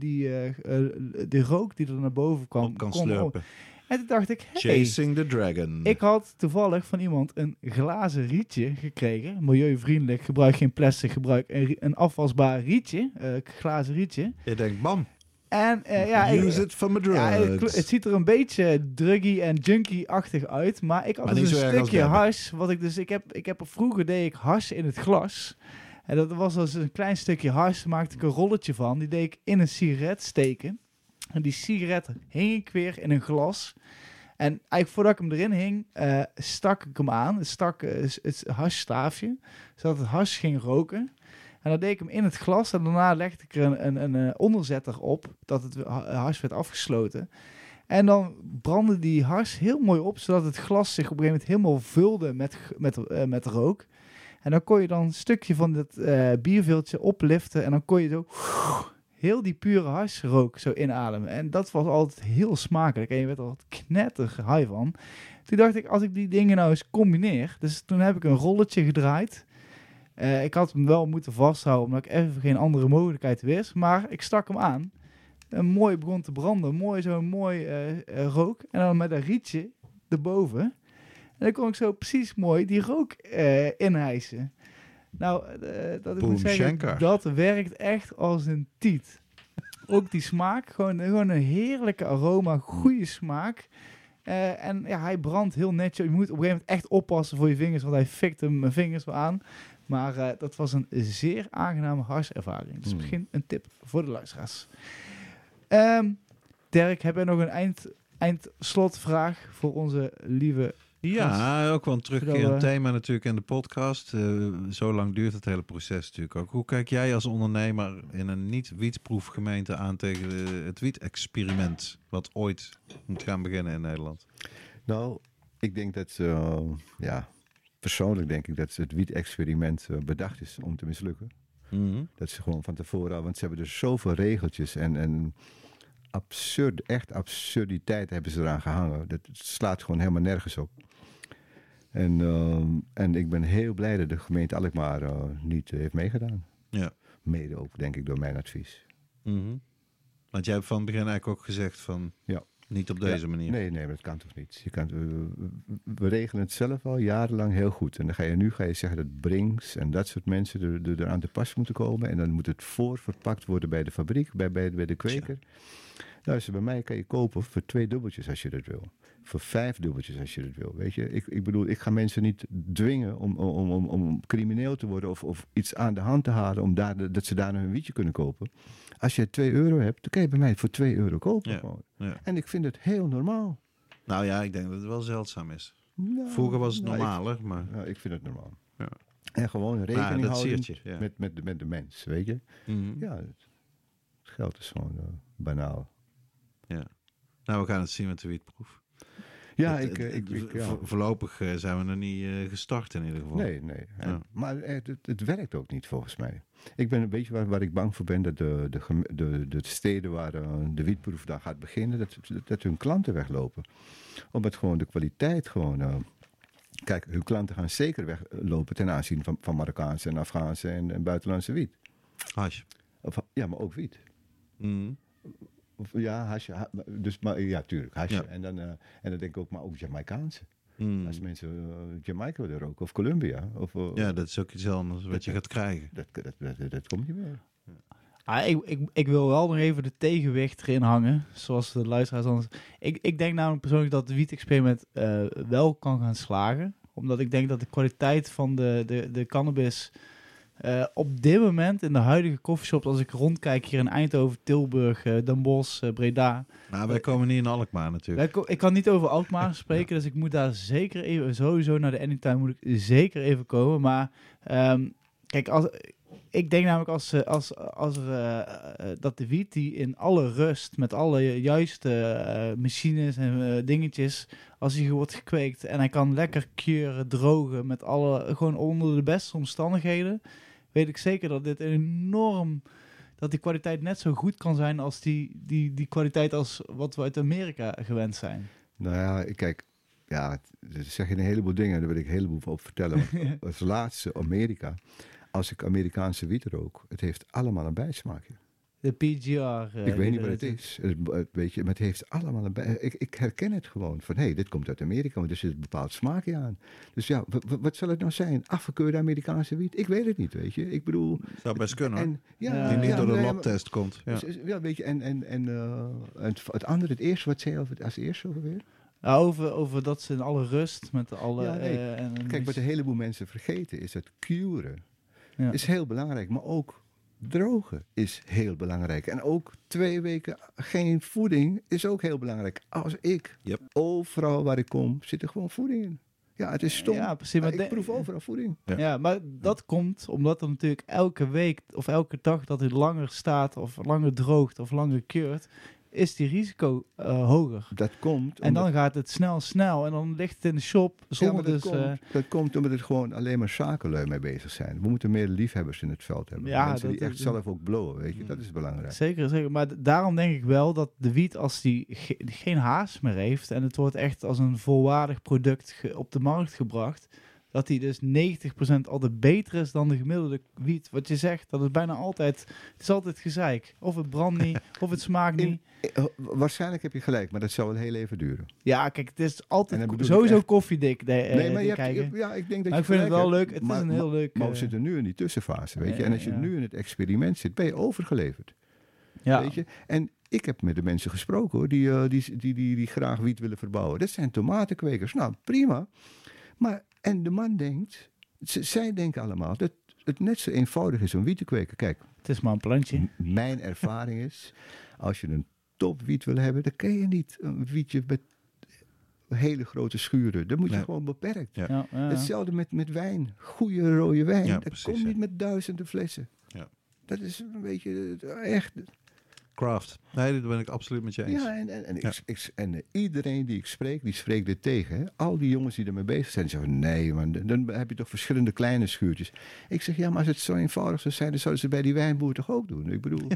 die rook die er naar boven kwam kan slurpen. En toen dacht ik, Chasing the Dragon. Ik had toevallig van iemand een glazen rietje gekregen. Milieuvriendelijk, gebruik geen plastic, gebruik een afwasbaar rietje. Glazen rietje. Je denkt, bam. En use it for my drugs. Ja, het ziet er een beetje druggy en junkie-achtig uit. Maar ik had dus een stukje hash. Ik heb vroeger deed ik hash in het glas. En dat was dus een klein stukje hash. Daar maakte ik een rolletje van. Die deed ik in een sigaret steken. En die sigaret hing ik weer in een glas. En eigenlijk voordat ik hem erin hing, stak ik hem aan. Het hashstaafje. Zodat het hash ging roken. En dan deed ik hem in het glas. En daarna legde ik er een onderzetter op. Dat het hash werd afgesloten. En dan brandde die hash heel mooi op. Zodat het glas zich op een gegeven moment helemaal vulde met rook. En dan kon je dan een stukje van het bierviltje opliften. En dan kon je zo heel die pure hashrook zo inademen. En dat was altijd heel smakelijk. En je werd er altijd knetterig high van. Toen dacht ik, als ik die dingen nou eens combineer. Dus toen heb ik een rolletje gedraaid. Ik had hem wel moeten vasthouden, omdat ik even geen andere mogelijkheid wist. Maar ik stak hem aan. En mooi begon te branden. Zo'n mooi rook. En dan met een rietje erboven. En dan kon ik zo precies mooi die rook inhijsen. Nou, dat ik moet zeggen, Shankar. Dat werkt echt als een tiet. Ook die smaak, gewoon een heerlijke aroma, goede smaak. En ja, hij brandt heel netjes. Je moet op een gegeven moment echt oppassen voor je vingers, want hij fikte mijn vingers wel aan. Maar dat was een zeer aangename harservaring. Dus misschien een tip voor de luisteraars. Dirk, heb jij nog een eindslotvraag voor onze lieve... Ja, ook wel een terugkerend thema natuurlijk in de podcast. Zo lang duurt het hele proces natuurlijk ook. Hoe kijk jij als ondernemer in een niet-wietproef gemeente aan tegen het wiet-experiment wat ooit moet gaan beginnen in Nederland? Nou, ik denk dat persoonlijk denk ik dat het wiet-experiment bedacht is om te mislukken. Mm-hmm. Dat ze gewoon van tevoren, want ze hebben er zoveel regeltjes en echt absurditeit hebben ze eraan gehangen. Dat slaat gewoon helemaal nergens op. En ik ben heel blij dat de gemeente Alkmaar niet heeft meegedaan. Ja. Mede ook, denk ik, door mijn advies. Mm-hmm. Want jij hebt van het begin eigenlijk ook gezegd van... Ja. Niet op deze manier. Nee, maar dat kan toch niet. We regelen het zelf al jarenlang heel goed. En dan ga je zeggen dat Brinks en dat soort mensen er aan te pas moeten komen. En dan moet het voorverpakt worden bij de fabriek, bij de kweker. Luister, bij mij kan je kopen voor 2 dubbeltjes als je dat wil. Voor 5 dubbeltjes als je dat wil. Weet je, ik bedoel, ik ga mensen niet dwingen om crimineel te worden of iets aan de hand te halen dat ze daar een wietje kunnen kopen. Als je €2 hebt, dan kan je bij mij voor €2 kopen. Ja, gewoon. Ja. En ik vind het heel normaal. Nou ja, ik denk dat het wel zeldzaam is. Nou, vroeger was het normaler, maar... Nou, ik vind het normaal. Ja. En gewoon rekening houden met de mens, weet je. Mm-hmm. Ja, het geld is gewoon banaal. Ja. Nou, we gaan het zien met de wietproef. Ja, voorlopig zijn we nog niet gestart in ieder geval. Nee. Ja. Maar het werkt ook niet volgens mij. Ik ben een beetje waar ik bang voor ben dat de steden waar de wietproefdag gaat beginnen, dat hun klanten weglopen. Omdat gewoon de kwaliteit gewoon Kijk, hun klanten gaan zeker weglopen ten aanzien van Marokkaanse en Afghaanse en buitenlandse wiet. Hash. Ja, maar ook wiet. Mm. Ja, hash. Dus, maar, ja, tuurlijk, hash. Ja. En dan denk ik ook, maar ook Jamaicaanse. Mm. Als mensen Jamaica willen roken, of Colombia. Ja, dat is ook iets anders wat je gaat krijgen. Dat komt niet meer. Ik wil wel nog even de tegenwicht erin hangen, zoals de luisteraars anders. Ik denk namelijk persoonlijk dat het wiet-experiment wel kan gaan slagen. Omdat ik denk dat de kwaliteit van de cannabis op dit moment in de huidige coffeeshops, als ik rondkijk hier in Eindhoven, Tilburg, Den Bosch, Breda. Nou, wij komen niet in Alkmaar natuurlijk. Ik kan niet over Alkmaar spreken, dus ik moet daar zeker even, sowieso naar de Anytime moet ik zeker even komen. Maar kijk, ik denk namelijk als dat de wiet die in alle rust, met alle juiste machines en dingetjes, als hij wordt gekweekt en hij kan lekker curen, drogen, met gewoon onder de beste omstandigheden, weet ik zeker dat dit dat die kwaliteit net zo goed kan zijn als die kwaliteit als wat we uit Amerika gewend zijn. Nou ja, kijk, ja, zeg je een heleboel dingen, daar wil ik een heleboel op vertellen. Want als laatste Amerika. Als ik Amerikaanse wiet rook, het heeft allemaal een bijsmaakje. De PGR. Ik weet niet wat het is. Weet je, maar het heeft allemaal een bijsmaakje. Ik herken het gewoon. Van, dit komt uit Amerika, want er zit een bepaald smaakje aan. Dus ja, wat zal het nou zijn? Afgekeurde Amerikaanse wiet? Ik weet het niet, weet je. Ik bedoel... Zou best kunnen, hoor. Die niet door de labtest komt. Ja. Ja, weet je, en het andere, het eerste, wat zei je als eerste alweer? Over dat ze in alle rust, met alle... Ja, kijk, wat een heleboel mensen vergeten is het curen. Ja. Is heel belangrijk, maar ook drogen is heel belangrijk. En ook 2 weken geen voeding is ook heel belangrijk. Als ik, overal waar ik kom, zit er gewoon voeding in. Ja, het is stom. Ja, precies. Maar ik proef overal voeding. Ja, maar dat komt omdat er natuurlijk elke week of elke dag dat het langer staat of langer droogt of langer keurt, is die risico hoger. Dat komt. En dan gaat het snel en dan ligt het in de shop zonder dat komt omdat het gewoon alleen maar zakenlui mee bezig zijn. We moeten meer liefhebbers in het veld hebben. Ja, mensen die echt zelf ook blowen, weet je. Dat is belangrijk. Zeker. Maar daarom denk ik wel dat de wiet, als die geen haast meer heeft en het wordt echt als een volwaardig product op de markt gebracht, dat die dus 90% altijd beter is dan de gemiddelde wiet. Wat je zegt, dat is bijna altijd... Het is altijd gezeik. Of het brandt niet, of het smaakt niet. Waarschijnlijk heb je gelijk, maar dat zal wel heel even duren. Ja, kijk, het is altijd sowieso koffiedik. Nee, maar ik denk dat maar ik vind het wel leuk. Het is een heel leuk... Maar we zitten nu in die tussenfase, weet je. En als je nu in het experiment zit, ben je overgeleverd. Ja. Weet je? En ik heb met de mensen gesproken, hoor, die graag wiet willen verbouwen. Dat zijn tomatenkwekers. Nou, prima. Maar... En de man denkt, zij denken allemaal dat het net zo eenvoudig is om wiet te kweken. Kijk, het is maar een plantje. Mijn ervaring is, als je een topwiet wil hebben, dan kun je niet een wietje met hele grote schuren. Dan moet je gewoon beperkt. Ja. Hetzelfde met wijn. Goede rode wijn. Ja, dat precies, komt niet met duizenden flessen. Ja. Dat is een beetje echt... Craft. Nee, dat ben ik absoluut met je eens. Ja, en iedereen die ik spreek, die spreekt dit tegen. Hè? Al die jongens die ermee bezig zijn, die zeggen, nee man, dan heb je toch verschillende kleine schuurtjes. Ik zeg, ja, maar als het zo eenvoudig zou zijn, dan zouden ze bij die wijnboer toch ook doen. Ik bedoel,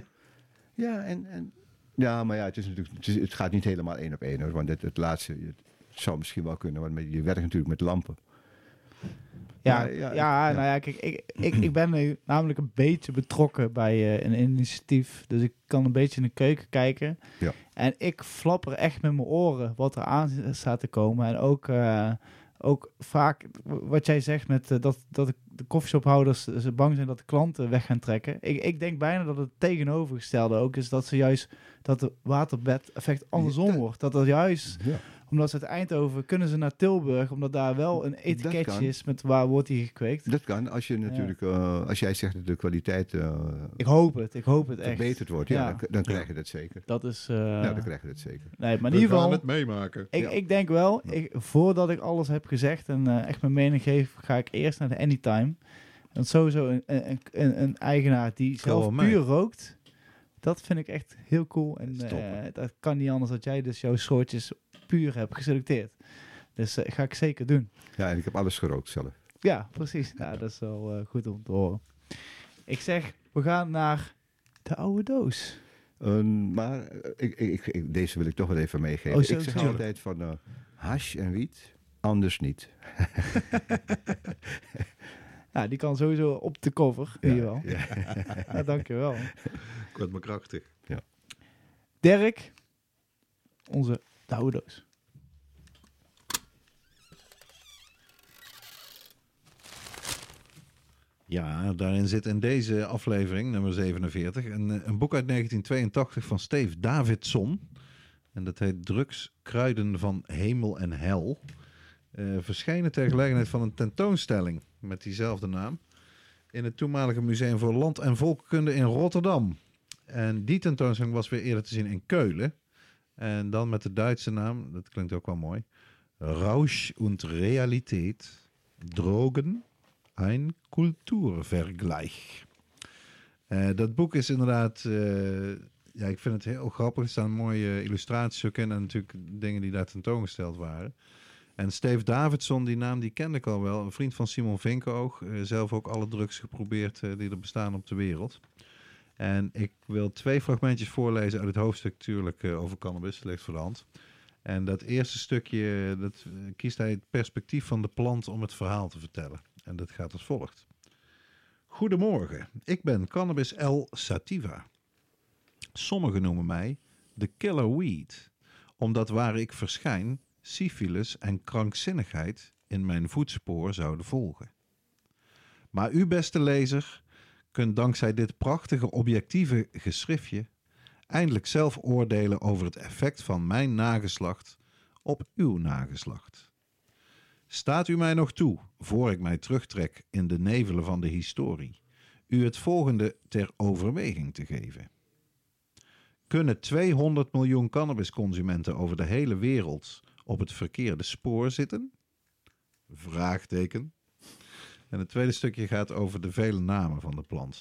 ja, maar ja, het is natuurlijk, het gaat niet helemaal 1 op 1 hoor, want het laatste, het zou misschien wel kunnen, want je werkt natuurlijk met lampen. Nou ja, kijk, ik ben nu namelijk een beetje betrokken bij een initiatief. Dus ik kan een beetje in de keuken kijken. Ja. En ik flapper echt met mijn oren wat er aan staat te komen. En ook vaak wat jij zegt met dat de koffieshophouders ze bang zijn dat de klanten weg gaan trekken. Ik denk bijna dat het tegenovergestelde ook is. Dat ze juist dat de waterbed-effect andersom wordt. Dat er juist... Ja. Omdat ze uit Eindhoven kunnen ze naar Tilburg, omdat daar wel een etiketje is met waar wordt die gekweekt. Dat kan, als je natuurlijk, als jij zegt dat de kwaliteit ik hoop het echt. Verbeterd wordt, dan krijg je dat zeker. Dat is... dan krijg je dat zeker. Nee, maar in ieder geval... We gaan het meemaken. Ik denk wel, voordat ik alles heb gezegd en echt mijn mening geef, ga ik eerst naar de Anytime. Want sowieso een eigenaar die zelf puur rookt, dat vind ik echt heel cool. En dat kan niet anders dat jij dus jouw soortjes puur heb geselecteerd. Dus ga ik zeker doen. Ja, en ik heb alles gerookt zelf. Ja, precies. Nou, dat is wel goed om te horen. Ik zeg, we gaan naar de oude doos. Maar deze wil ik toch wel even meegeven. Ik zeg altijd van hash en wiet Anders niet. Ja, die kan sowieso op de cover, in ieder geval. Ja, dankjewel. Kort maar krachtig. Dirk, onze oude doos. Ja, daarin zit in deze aflevering, nummer 47, een boek uit 1982 van Steve Davidson. En dat heet Drugs, Kruiden van Hemel en Hel. Verschenen ter gelegenheid van een tentoonstelling met diezelfde naam in het toenmalige Museum voor Land- en Volkenkunde in Rotterdam. En die tentoonstelling was weer eerder te zien in Keulen. En dan met de Duitse naam, dat klinkt ook wel mooi, Rausch und Realität, Drogen, ein Kulturvergleich. Dat boek is inderdaad, ja, ik vind het heel grappig. Er staan mooie illustraties ook in en natuurlijk dingen die daar tentoongesteld waren. En Steve Davidson, die naam die kende ik al wel. Een vriend van Simon Vinkenoog. Zelf ook alle drugs geprobeerd die er bestaan op de wereld. En ik wil 2 fragmentjes voorlezen uit het hoofdstuk natuurlijk over cannabis. Dat ligt voor de hand. En dat eerste stukje, dat kiest hij het perspectief van de plant om het verhaal te vertellen. En dat gaat als volgt. Goedemorgen, ik ben Cannabis L. sativa. Sommigen noemen mij de killer weed, omdat waar ik verschijn, syfilis en krankzinnigheid in mijn voetspoor zouden volgen. Maar u, beste lezer, kunt dankzij dit prachtige objectieve geschriftje eindelijk zelf oordelen over het effect van mijn nageslacht op uw nageslacht. Staat u mij nog toe, voor ik mij terugtrek in de nevelen van de historie, u het volgende ter overweging te geven? Kunnen 200 miljoen cannabisconsumenten over de hele wereld op het verkeerde spoor zitten? Vraagteken. En het tweede stukje gaat over de vele namen van de plant.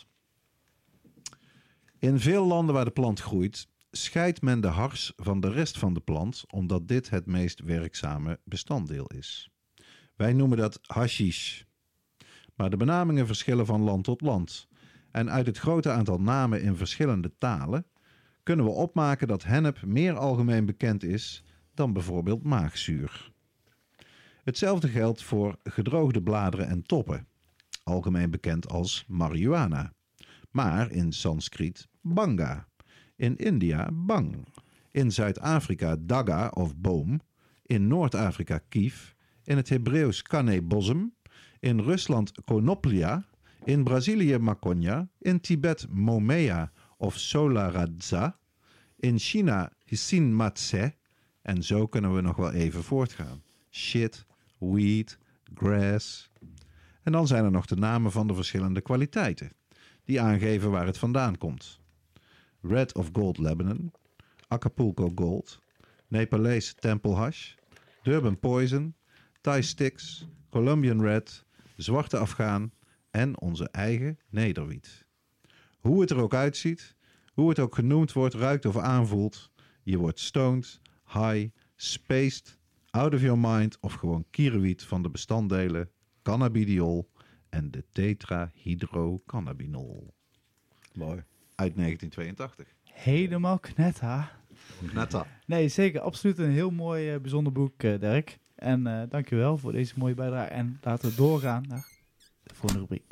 In veel landen waar de plant groeit, scheidt men de hars van de rest van de plant, omdat dit het meest werkzame bestanddeel is. Wij noemen dat hashish. Maar de benamingen verschillen van land tot land. En uit het grote aantal namen in verschillende talen kunnen we opmaken dat hennep meer algemeen bekend is dan bijvoorbeeld maagzuur. Hetzelfde geldt voor gedroogde bladeren en toppen, algemeen bekend als marihuana, maar in Sanskriet banga, in India bang, in Zuid-Afrika daga of boom, in Noord-Afrika kief, in het Hebreeuws kanebosem, in Rusland konoplia, in Brazilië maconha, in Tibet momea of solaradza, in China hisin matse, en zo kunnen we nog wel even voortgaan. Shit, weed, grass. En dan zijn er nog de namen van de verschillende kwaliteiten, die aangeven waar het vandaan komt. Red of Gold Lebanon, Acapulco Gold, Nepalese Temple Hash, Durban Poison, Thai Sticks, Colombian Red, Zwarte Afghaan en onze eigen nederwiet. Hoe het er ook uitziet, hoe het ook genoemd wordt, ruikt of aanvoelt, je wordt stoned, high, spaced, out of your mind of gewoon kierenwiet van de bestanddelen cannabidiol en de tetrahydrocannabinol. Mooi. Uit 1982. Helemaal knetter. Netta. Nee, zeker. Absoluut een heel mooi, bijzonder boek, Dirk. En dankjewel voor deze mooie bijdrage. En laten we doorgaan naar de volgende rubriek.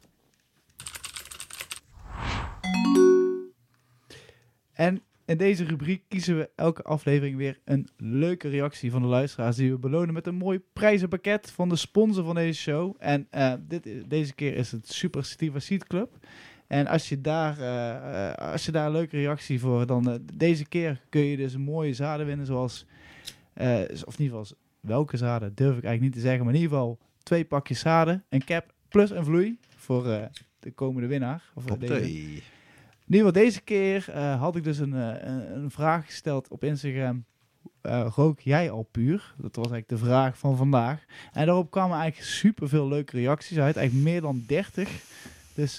En in deze rubriek kiezen we elke aflevering weer een leuke reactie van de luisteraars die we belonen met een mooi prijzenpakket van de sponsor van deze show. En deze keer is het Super Sativa Seed Club. En als je daar een leuke reactie voor, dan deze keer kun je dus mooie zaden winnen, zoals, of in ieder geval welke zaden durf ik eigenlijk niet te zeggen, maar in ieder geval 2 pakjes zaden, een cap plus een vloei voor de komende winnaar. Of in ieder geval deze keer had ik dus een vraag gesteld op Instagram. Rook jij al puur? Dat was eigenlijk de vraag van vandaag. En daarop kwamen eigenlijk superveel leuke reacties uit. Eigenlijk meer dan 30. Dus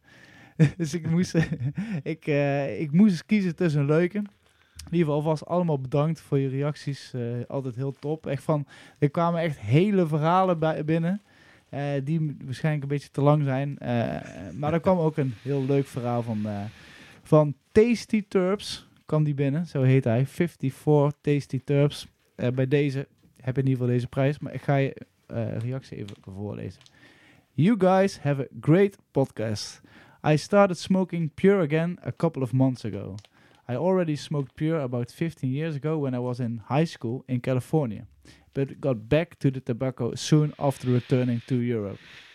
ik moest eens kiezen tussen een leuke. In ieder geval alvast allemaal bedankt voor je reacties. Altijd heel top. Er kwamen echt hele verhalen binnen. Die waarschijnlijk een beetje te lang zijn. Maar er kwam ook een heel leuk verhaal van Tasty Terps. Kwam die binnen, zo heet hij. 54 Tasty Terps. Bij deze heb je in ieder geval deze prijs. Maar ik ga je reactie even voorlezen. You guys have a great podcast. I started smoking Pure again a couple of months ago. I already smoked Pure about 15 years ago when I was in high school in California, but got back to the tobacco soon after returning to Europe.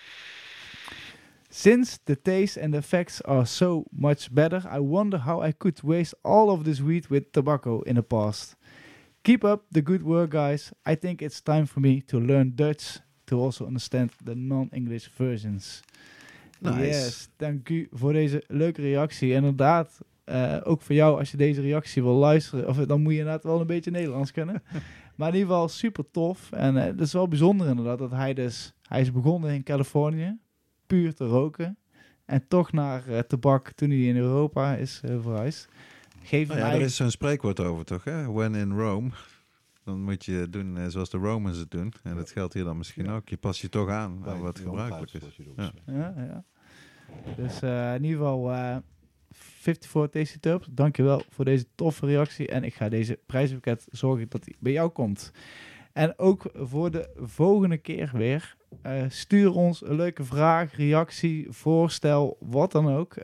Since the taste and the effects are so much better, I wonder how I could waste all of this weed with tobacco in the past. Keep up the good work, guys. I think it's time for me to learn Dutch to also understand the non-English versions. Nice. Yes, dank u voor deze leuke reactie. Inderdaad, ook voor jou, als je deze reactie wil luisteren, dan moet je inderdaad wel een beetje Nederlands kunnen. Maar in ieder geval super tof. En het is wel bijzonder inderdaad dat hij is begonnen in Californië, puur te roken. En toch naar tabak toen hij in Europa is verhuisd. Er is zo'n spreekwoord over, toch? Hè? When in Rome. Dan moet je doen zoals de Romans het doen. En dat geldt hier dan misschien ook. Je past je toch aan wat gebruikelijk is. Ja. Dus in ieder geval 54 Tasty Tubs. Dankjewel voor deze toffe reactie. En ik ga deze prijzenpakket zorgen dat die bij jou komt. En ook voor de volgende keer weer. Stuur ons een leuke vraag, reactie, voorstel, wat dan ook.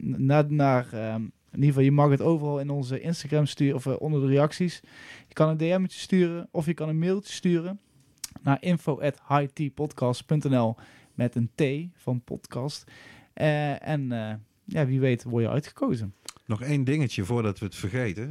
In ieder geval, je mag het overal in onze Instagram sturen of onder de reacties. Je kan een DM'tje sturen of je kan een mailtje sturen naar info@hightpodcast.nl met een T van podcast. Wie weet word je uitgekozen. Nog één dingetje voordat we het vergeten.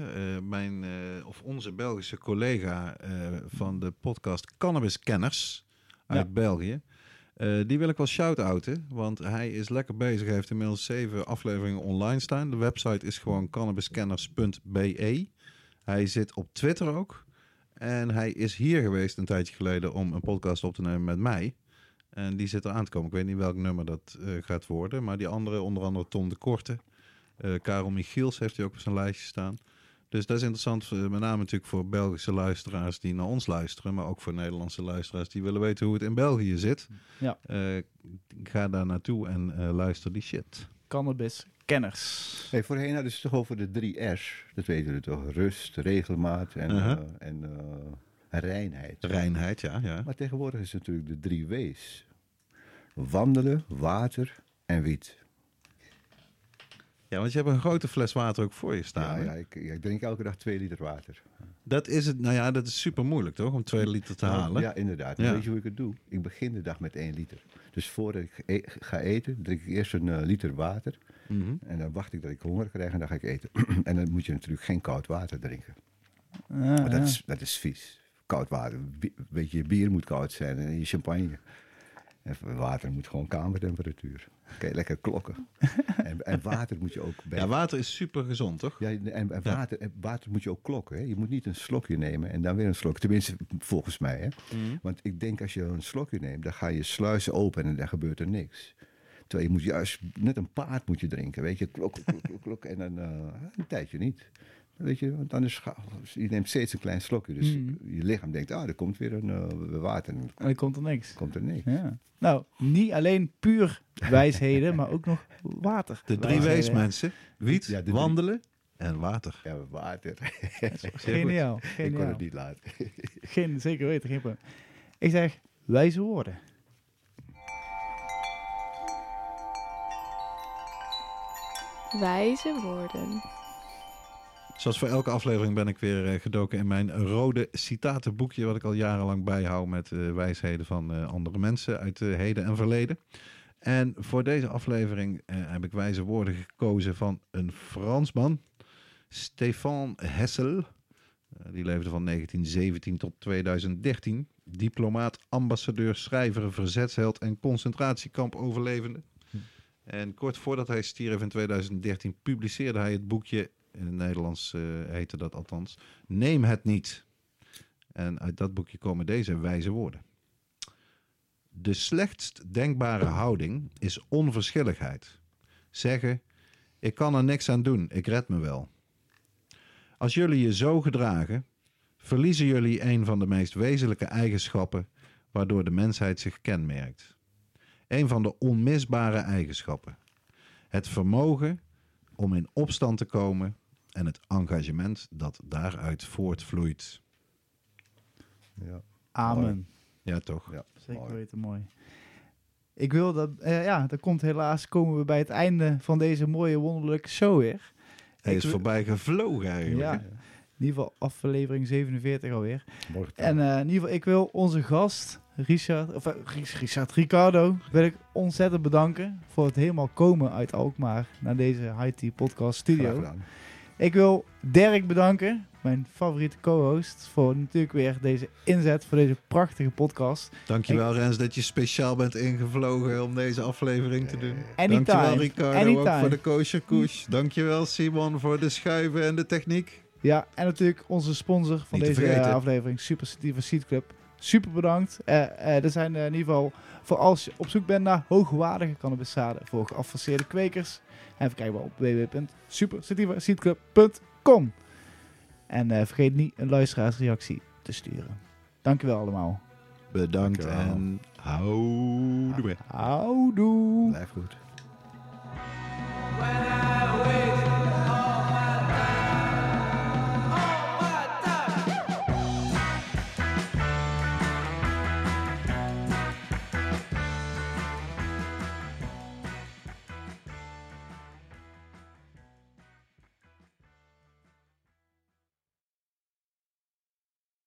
Onze Belgische collega van de podcast Cannabis Kenners uit België. Die wil ik wel shout-outen, want hij is lekker bezig. Hij heeft inmiddels 7 afleveringen online staan. De website is gewoon cannabiskenners.be. Hij zit op Twitter ook. En hij is hier geweest een tijdje geleden om een podcast op te nemen met mij. En die zit er aan te komen. Ik weet niet welk nummer dat gaat worden. Maar die andere, onder andere Tom de Korte. Karel Michiels heeft hij ook op zijn lijstje staan. Dus dat is interessant, met name natuurlijk voor Belgische luisteraars die naar ons luisteren, maar ook voor Nederlandse luisteraars die willen weten hoe het in België zit. Ja. Ga daar naartoe en luister die shit. Cannabis Kenners. Hey, voorheen hadden ze het toch over de 3 R's. Dat weten we toch. Rust, regelmaat en reinheid. Reinheid, ja. Maar tegenwoordig is het natuurlijk de 3 W's. Wandelen, water en wiet. Ja, want je hebt een grote fles water ook voor je staan. Ja, ik drink elke dag 2 liter water. Dat is het. Nou ja, dat is super moeilijk toch, om 2 liter te halen. Ja, inderdaad. Ja. Weet je hoe ik het doe? Ik begin de dag met 1 liter. Dus voordat ik ga eten, drink ik eerst een liter water. Mm-hmm. En dan wacht ik dat ik honger krijg en dan ga ik eten. En dan moet je natuurlijk geen koud water drinken. Maar dat is vies. Koud water. Weet je, je bier moet koud zijn en je champagne. En water moet gewoon kamertemperatuur. Oké, lekker klokken. En water moet je ook... Ja, water is super gezond, toch? Ja, en water moet je ook klokken. Hè? Je moet niet een slokje nemen en dan weer een slok. Tenminste, volgens mij. Hè? Mm. Want ik denk als je een slokje neemt, dan ga je sluizen open en dan gebeurt er niks. Terwijl je moet juist net een paard moet je drinken. Weet je, klok en dan een tijdje niet. Weet je, want anders je neemt steeds een klein slokje. Dus je lichaam denkt, er komt weer een water. En dan komt er niks. Ja. Nou, niet alleen puur wijsheden, maar ook nog water. De 3 W's, mensen. Wiet, wandelen en water. Ja, water. Geniaal. Ik kon het niet laten. Zeker weten, geen probleem. Ik zeg, wijze woorden. Wijze woorden. Zoals voor elke aflevering ben ik weer gedoken in mijn rode citatenboekje, wat ik al jarenlang bijhoud met wijsheden van andere mensen uit heden en verleden. En voor deze aflevering heb ik wijze woorden gekozen van een Fransman, Stéphane Hessel. Die leefde van 1917 tot 2013. Diplomaat, ambassadeur, schrijver, verzetsheld en concentratiekampoverlevende. En kort voordat hij stierf in 2013 publiceerde hij het boekje, in het Nederlands heette dat althans, Neem het niet. En uit dat boekje komen deze wijze woorden. De slechtst denkbare houding is onverschilligheid. Zeggen, ik kan er niks aan doen, ik red me wel. Als jullie je zo gedragen, verliezen jullie een van de meest wezenlijke eigenschappen waardoor de mensheid zich kenmerkt. Een van de onmisbare eigenschappen. Het vermogen om in opstand te komen en het engagement dat daaruit voortvloeit. Ja. Amen. Ja, toch. Ja, Zeker mooi. weten, mooi. Ik wil dat, komen we bij het einde van deze mooie, wonderlijke show weer. Hij Ik is wil- voorbij gevlogen eigenlijk. Ja. hè? In ieder geval aflevering 47 alweer. Morgen. En in ieder geval, ik wil onze gast, Ricardo, wil ik ontzettend bedanken voor het helemaal komen uit Alkmaar naar deze High-Tea Podcast Graag Studio. gedaan. Ik wil Dirk bedanken, mijn favoriete co-host, voor natuurlijk weer deze inzet voor deze prachtige podcast. Dankjewel Rens dat je speciaal bent ingevlogen om deze aflevering te doen. Anytime. Dankjewel Ricardo Anytime. ook voor de kosher koes. Dankjewel Simon voor de schuiven en de techniek. Ja, en natuurlijk onze sponsor van Niet te deze vergeten. aflevering, Super Sativa Seed Club. Super bedankt. Er zijn in ieder geval, voor als je op zoek bent naar hoogwaardige cannabiszaden voor geavanceerde kwekers, en verkrijgbaar op www.supersativaseedclub.com. En vergeet niet een luisteraarsreactie te sturen. Dankjewel allemaal. Bedankt Dankjewel. en houdoe. Houdoe. Blijf goed. When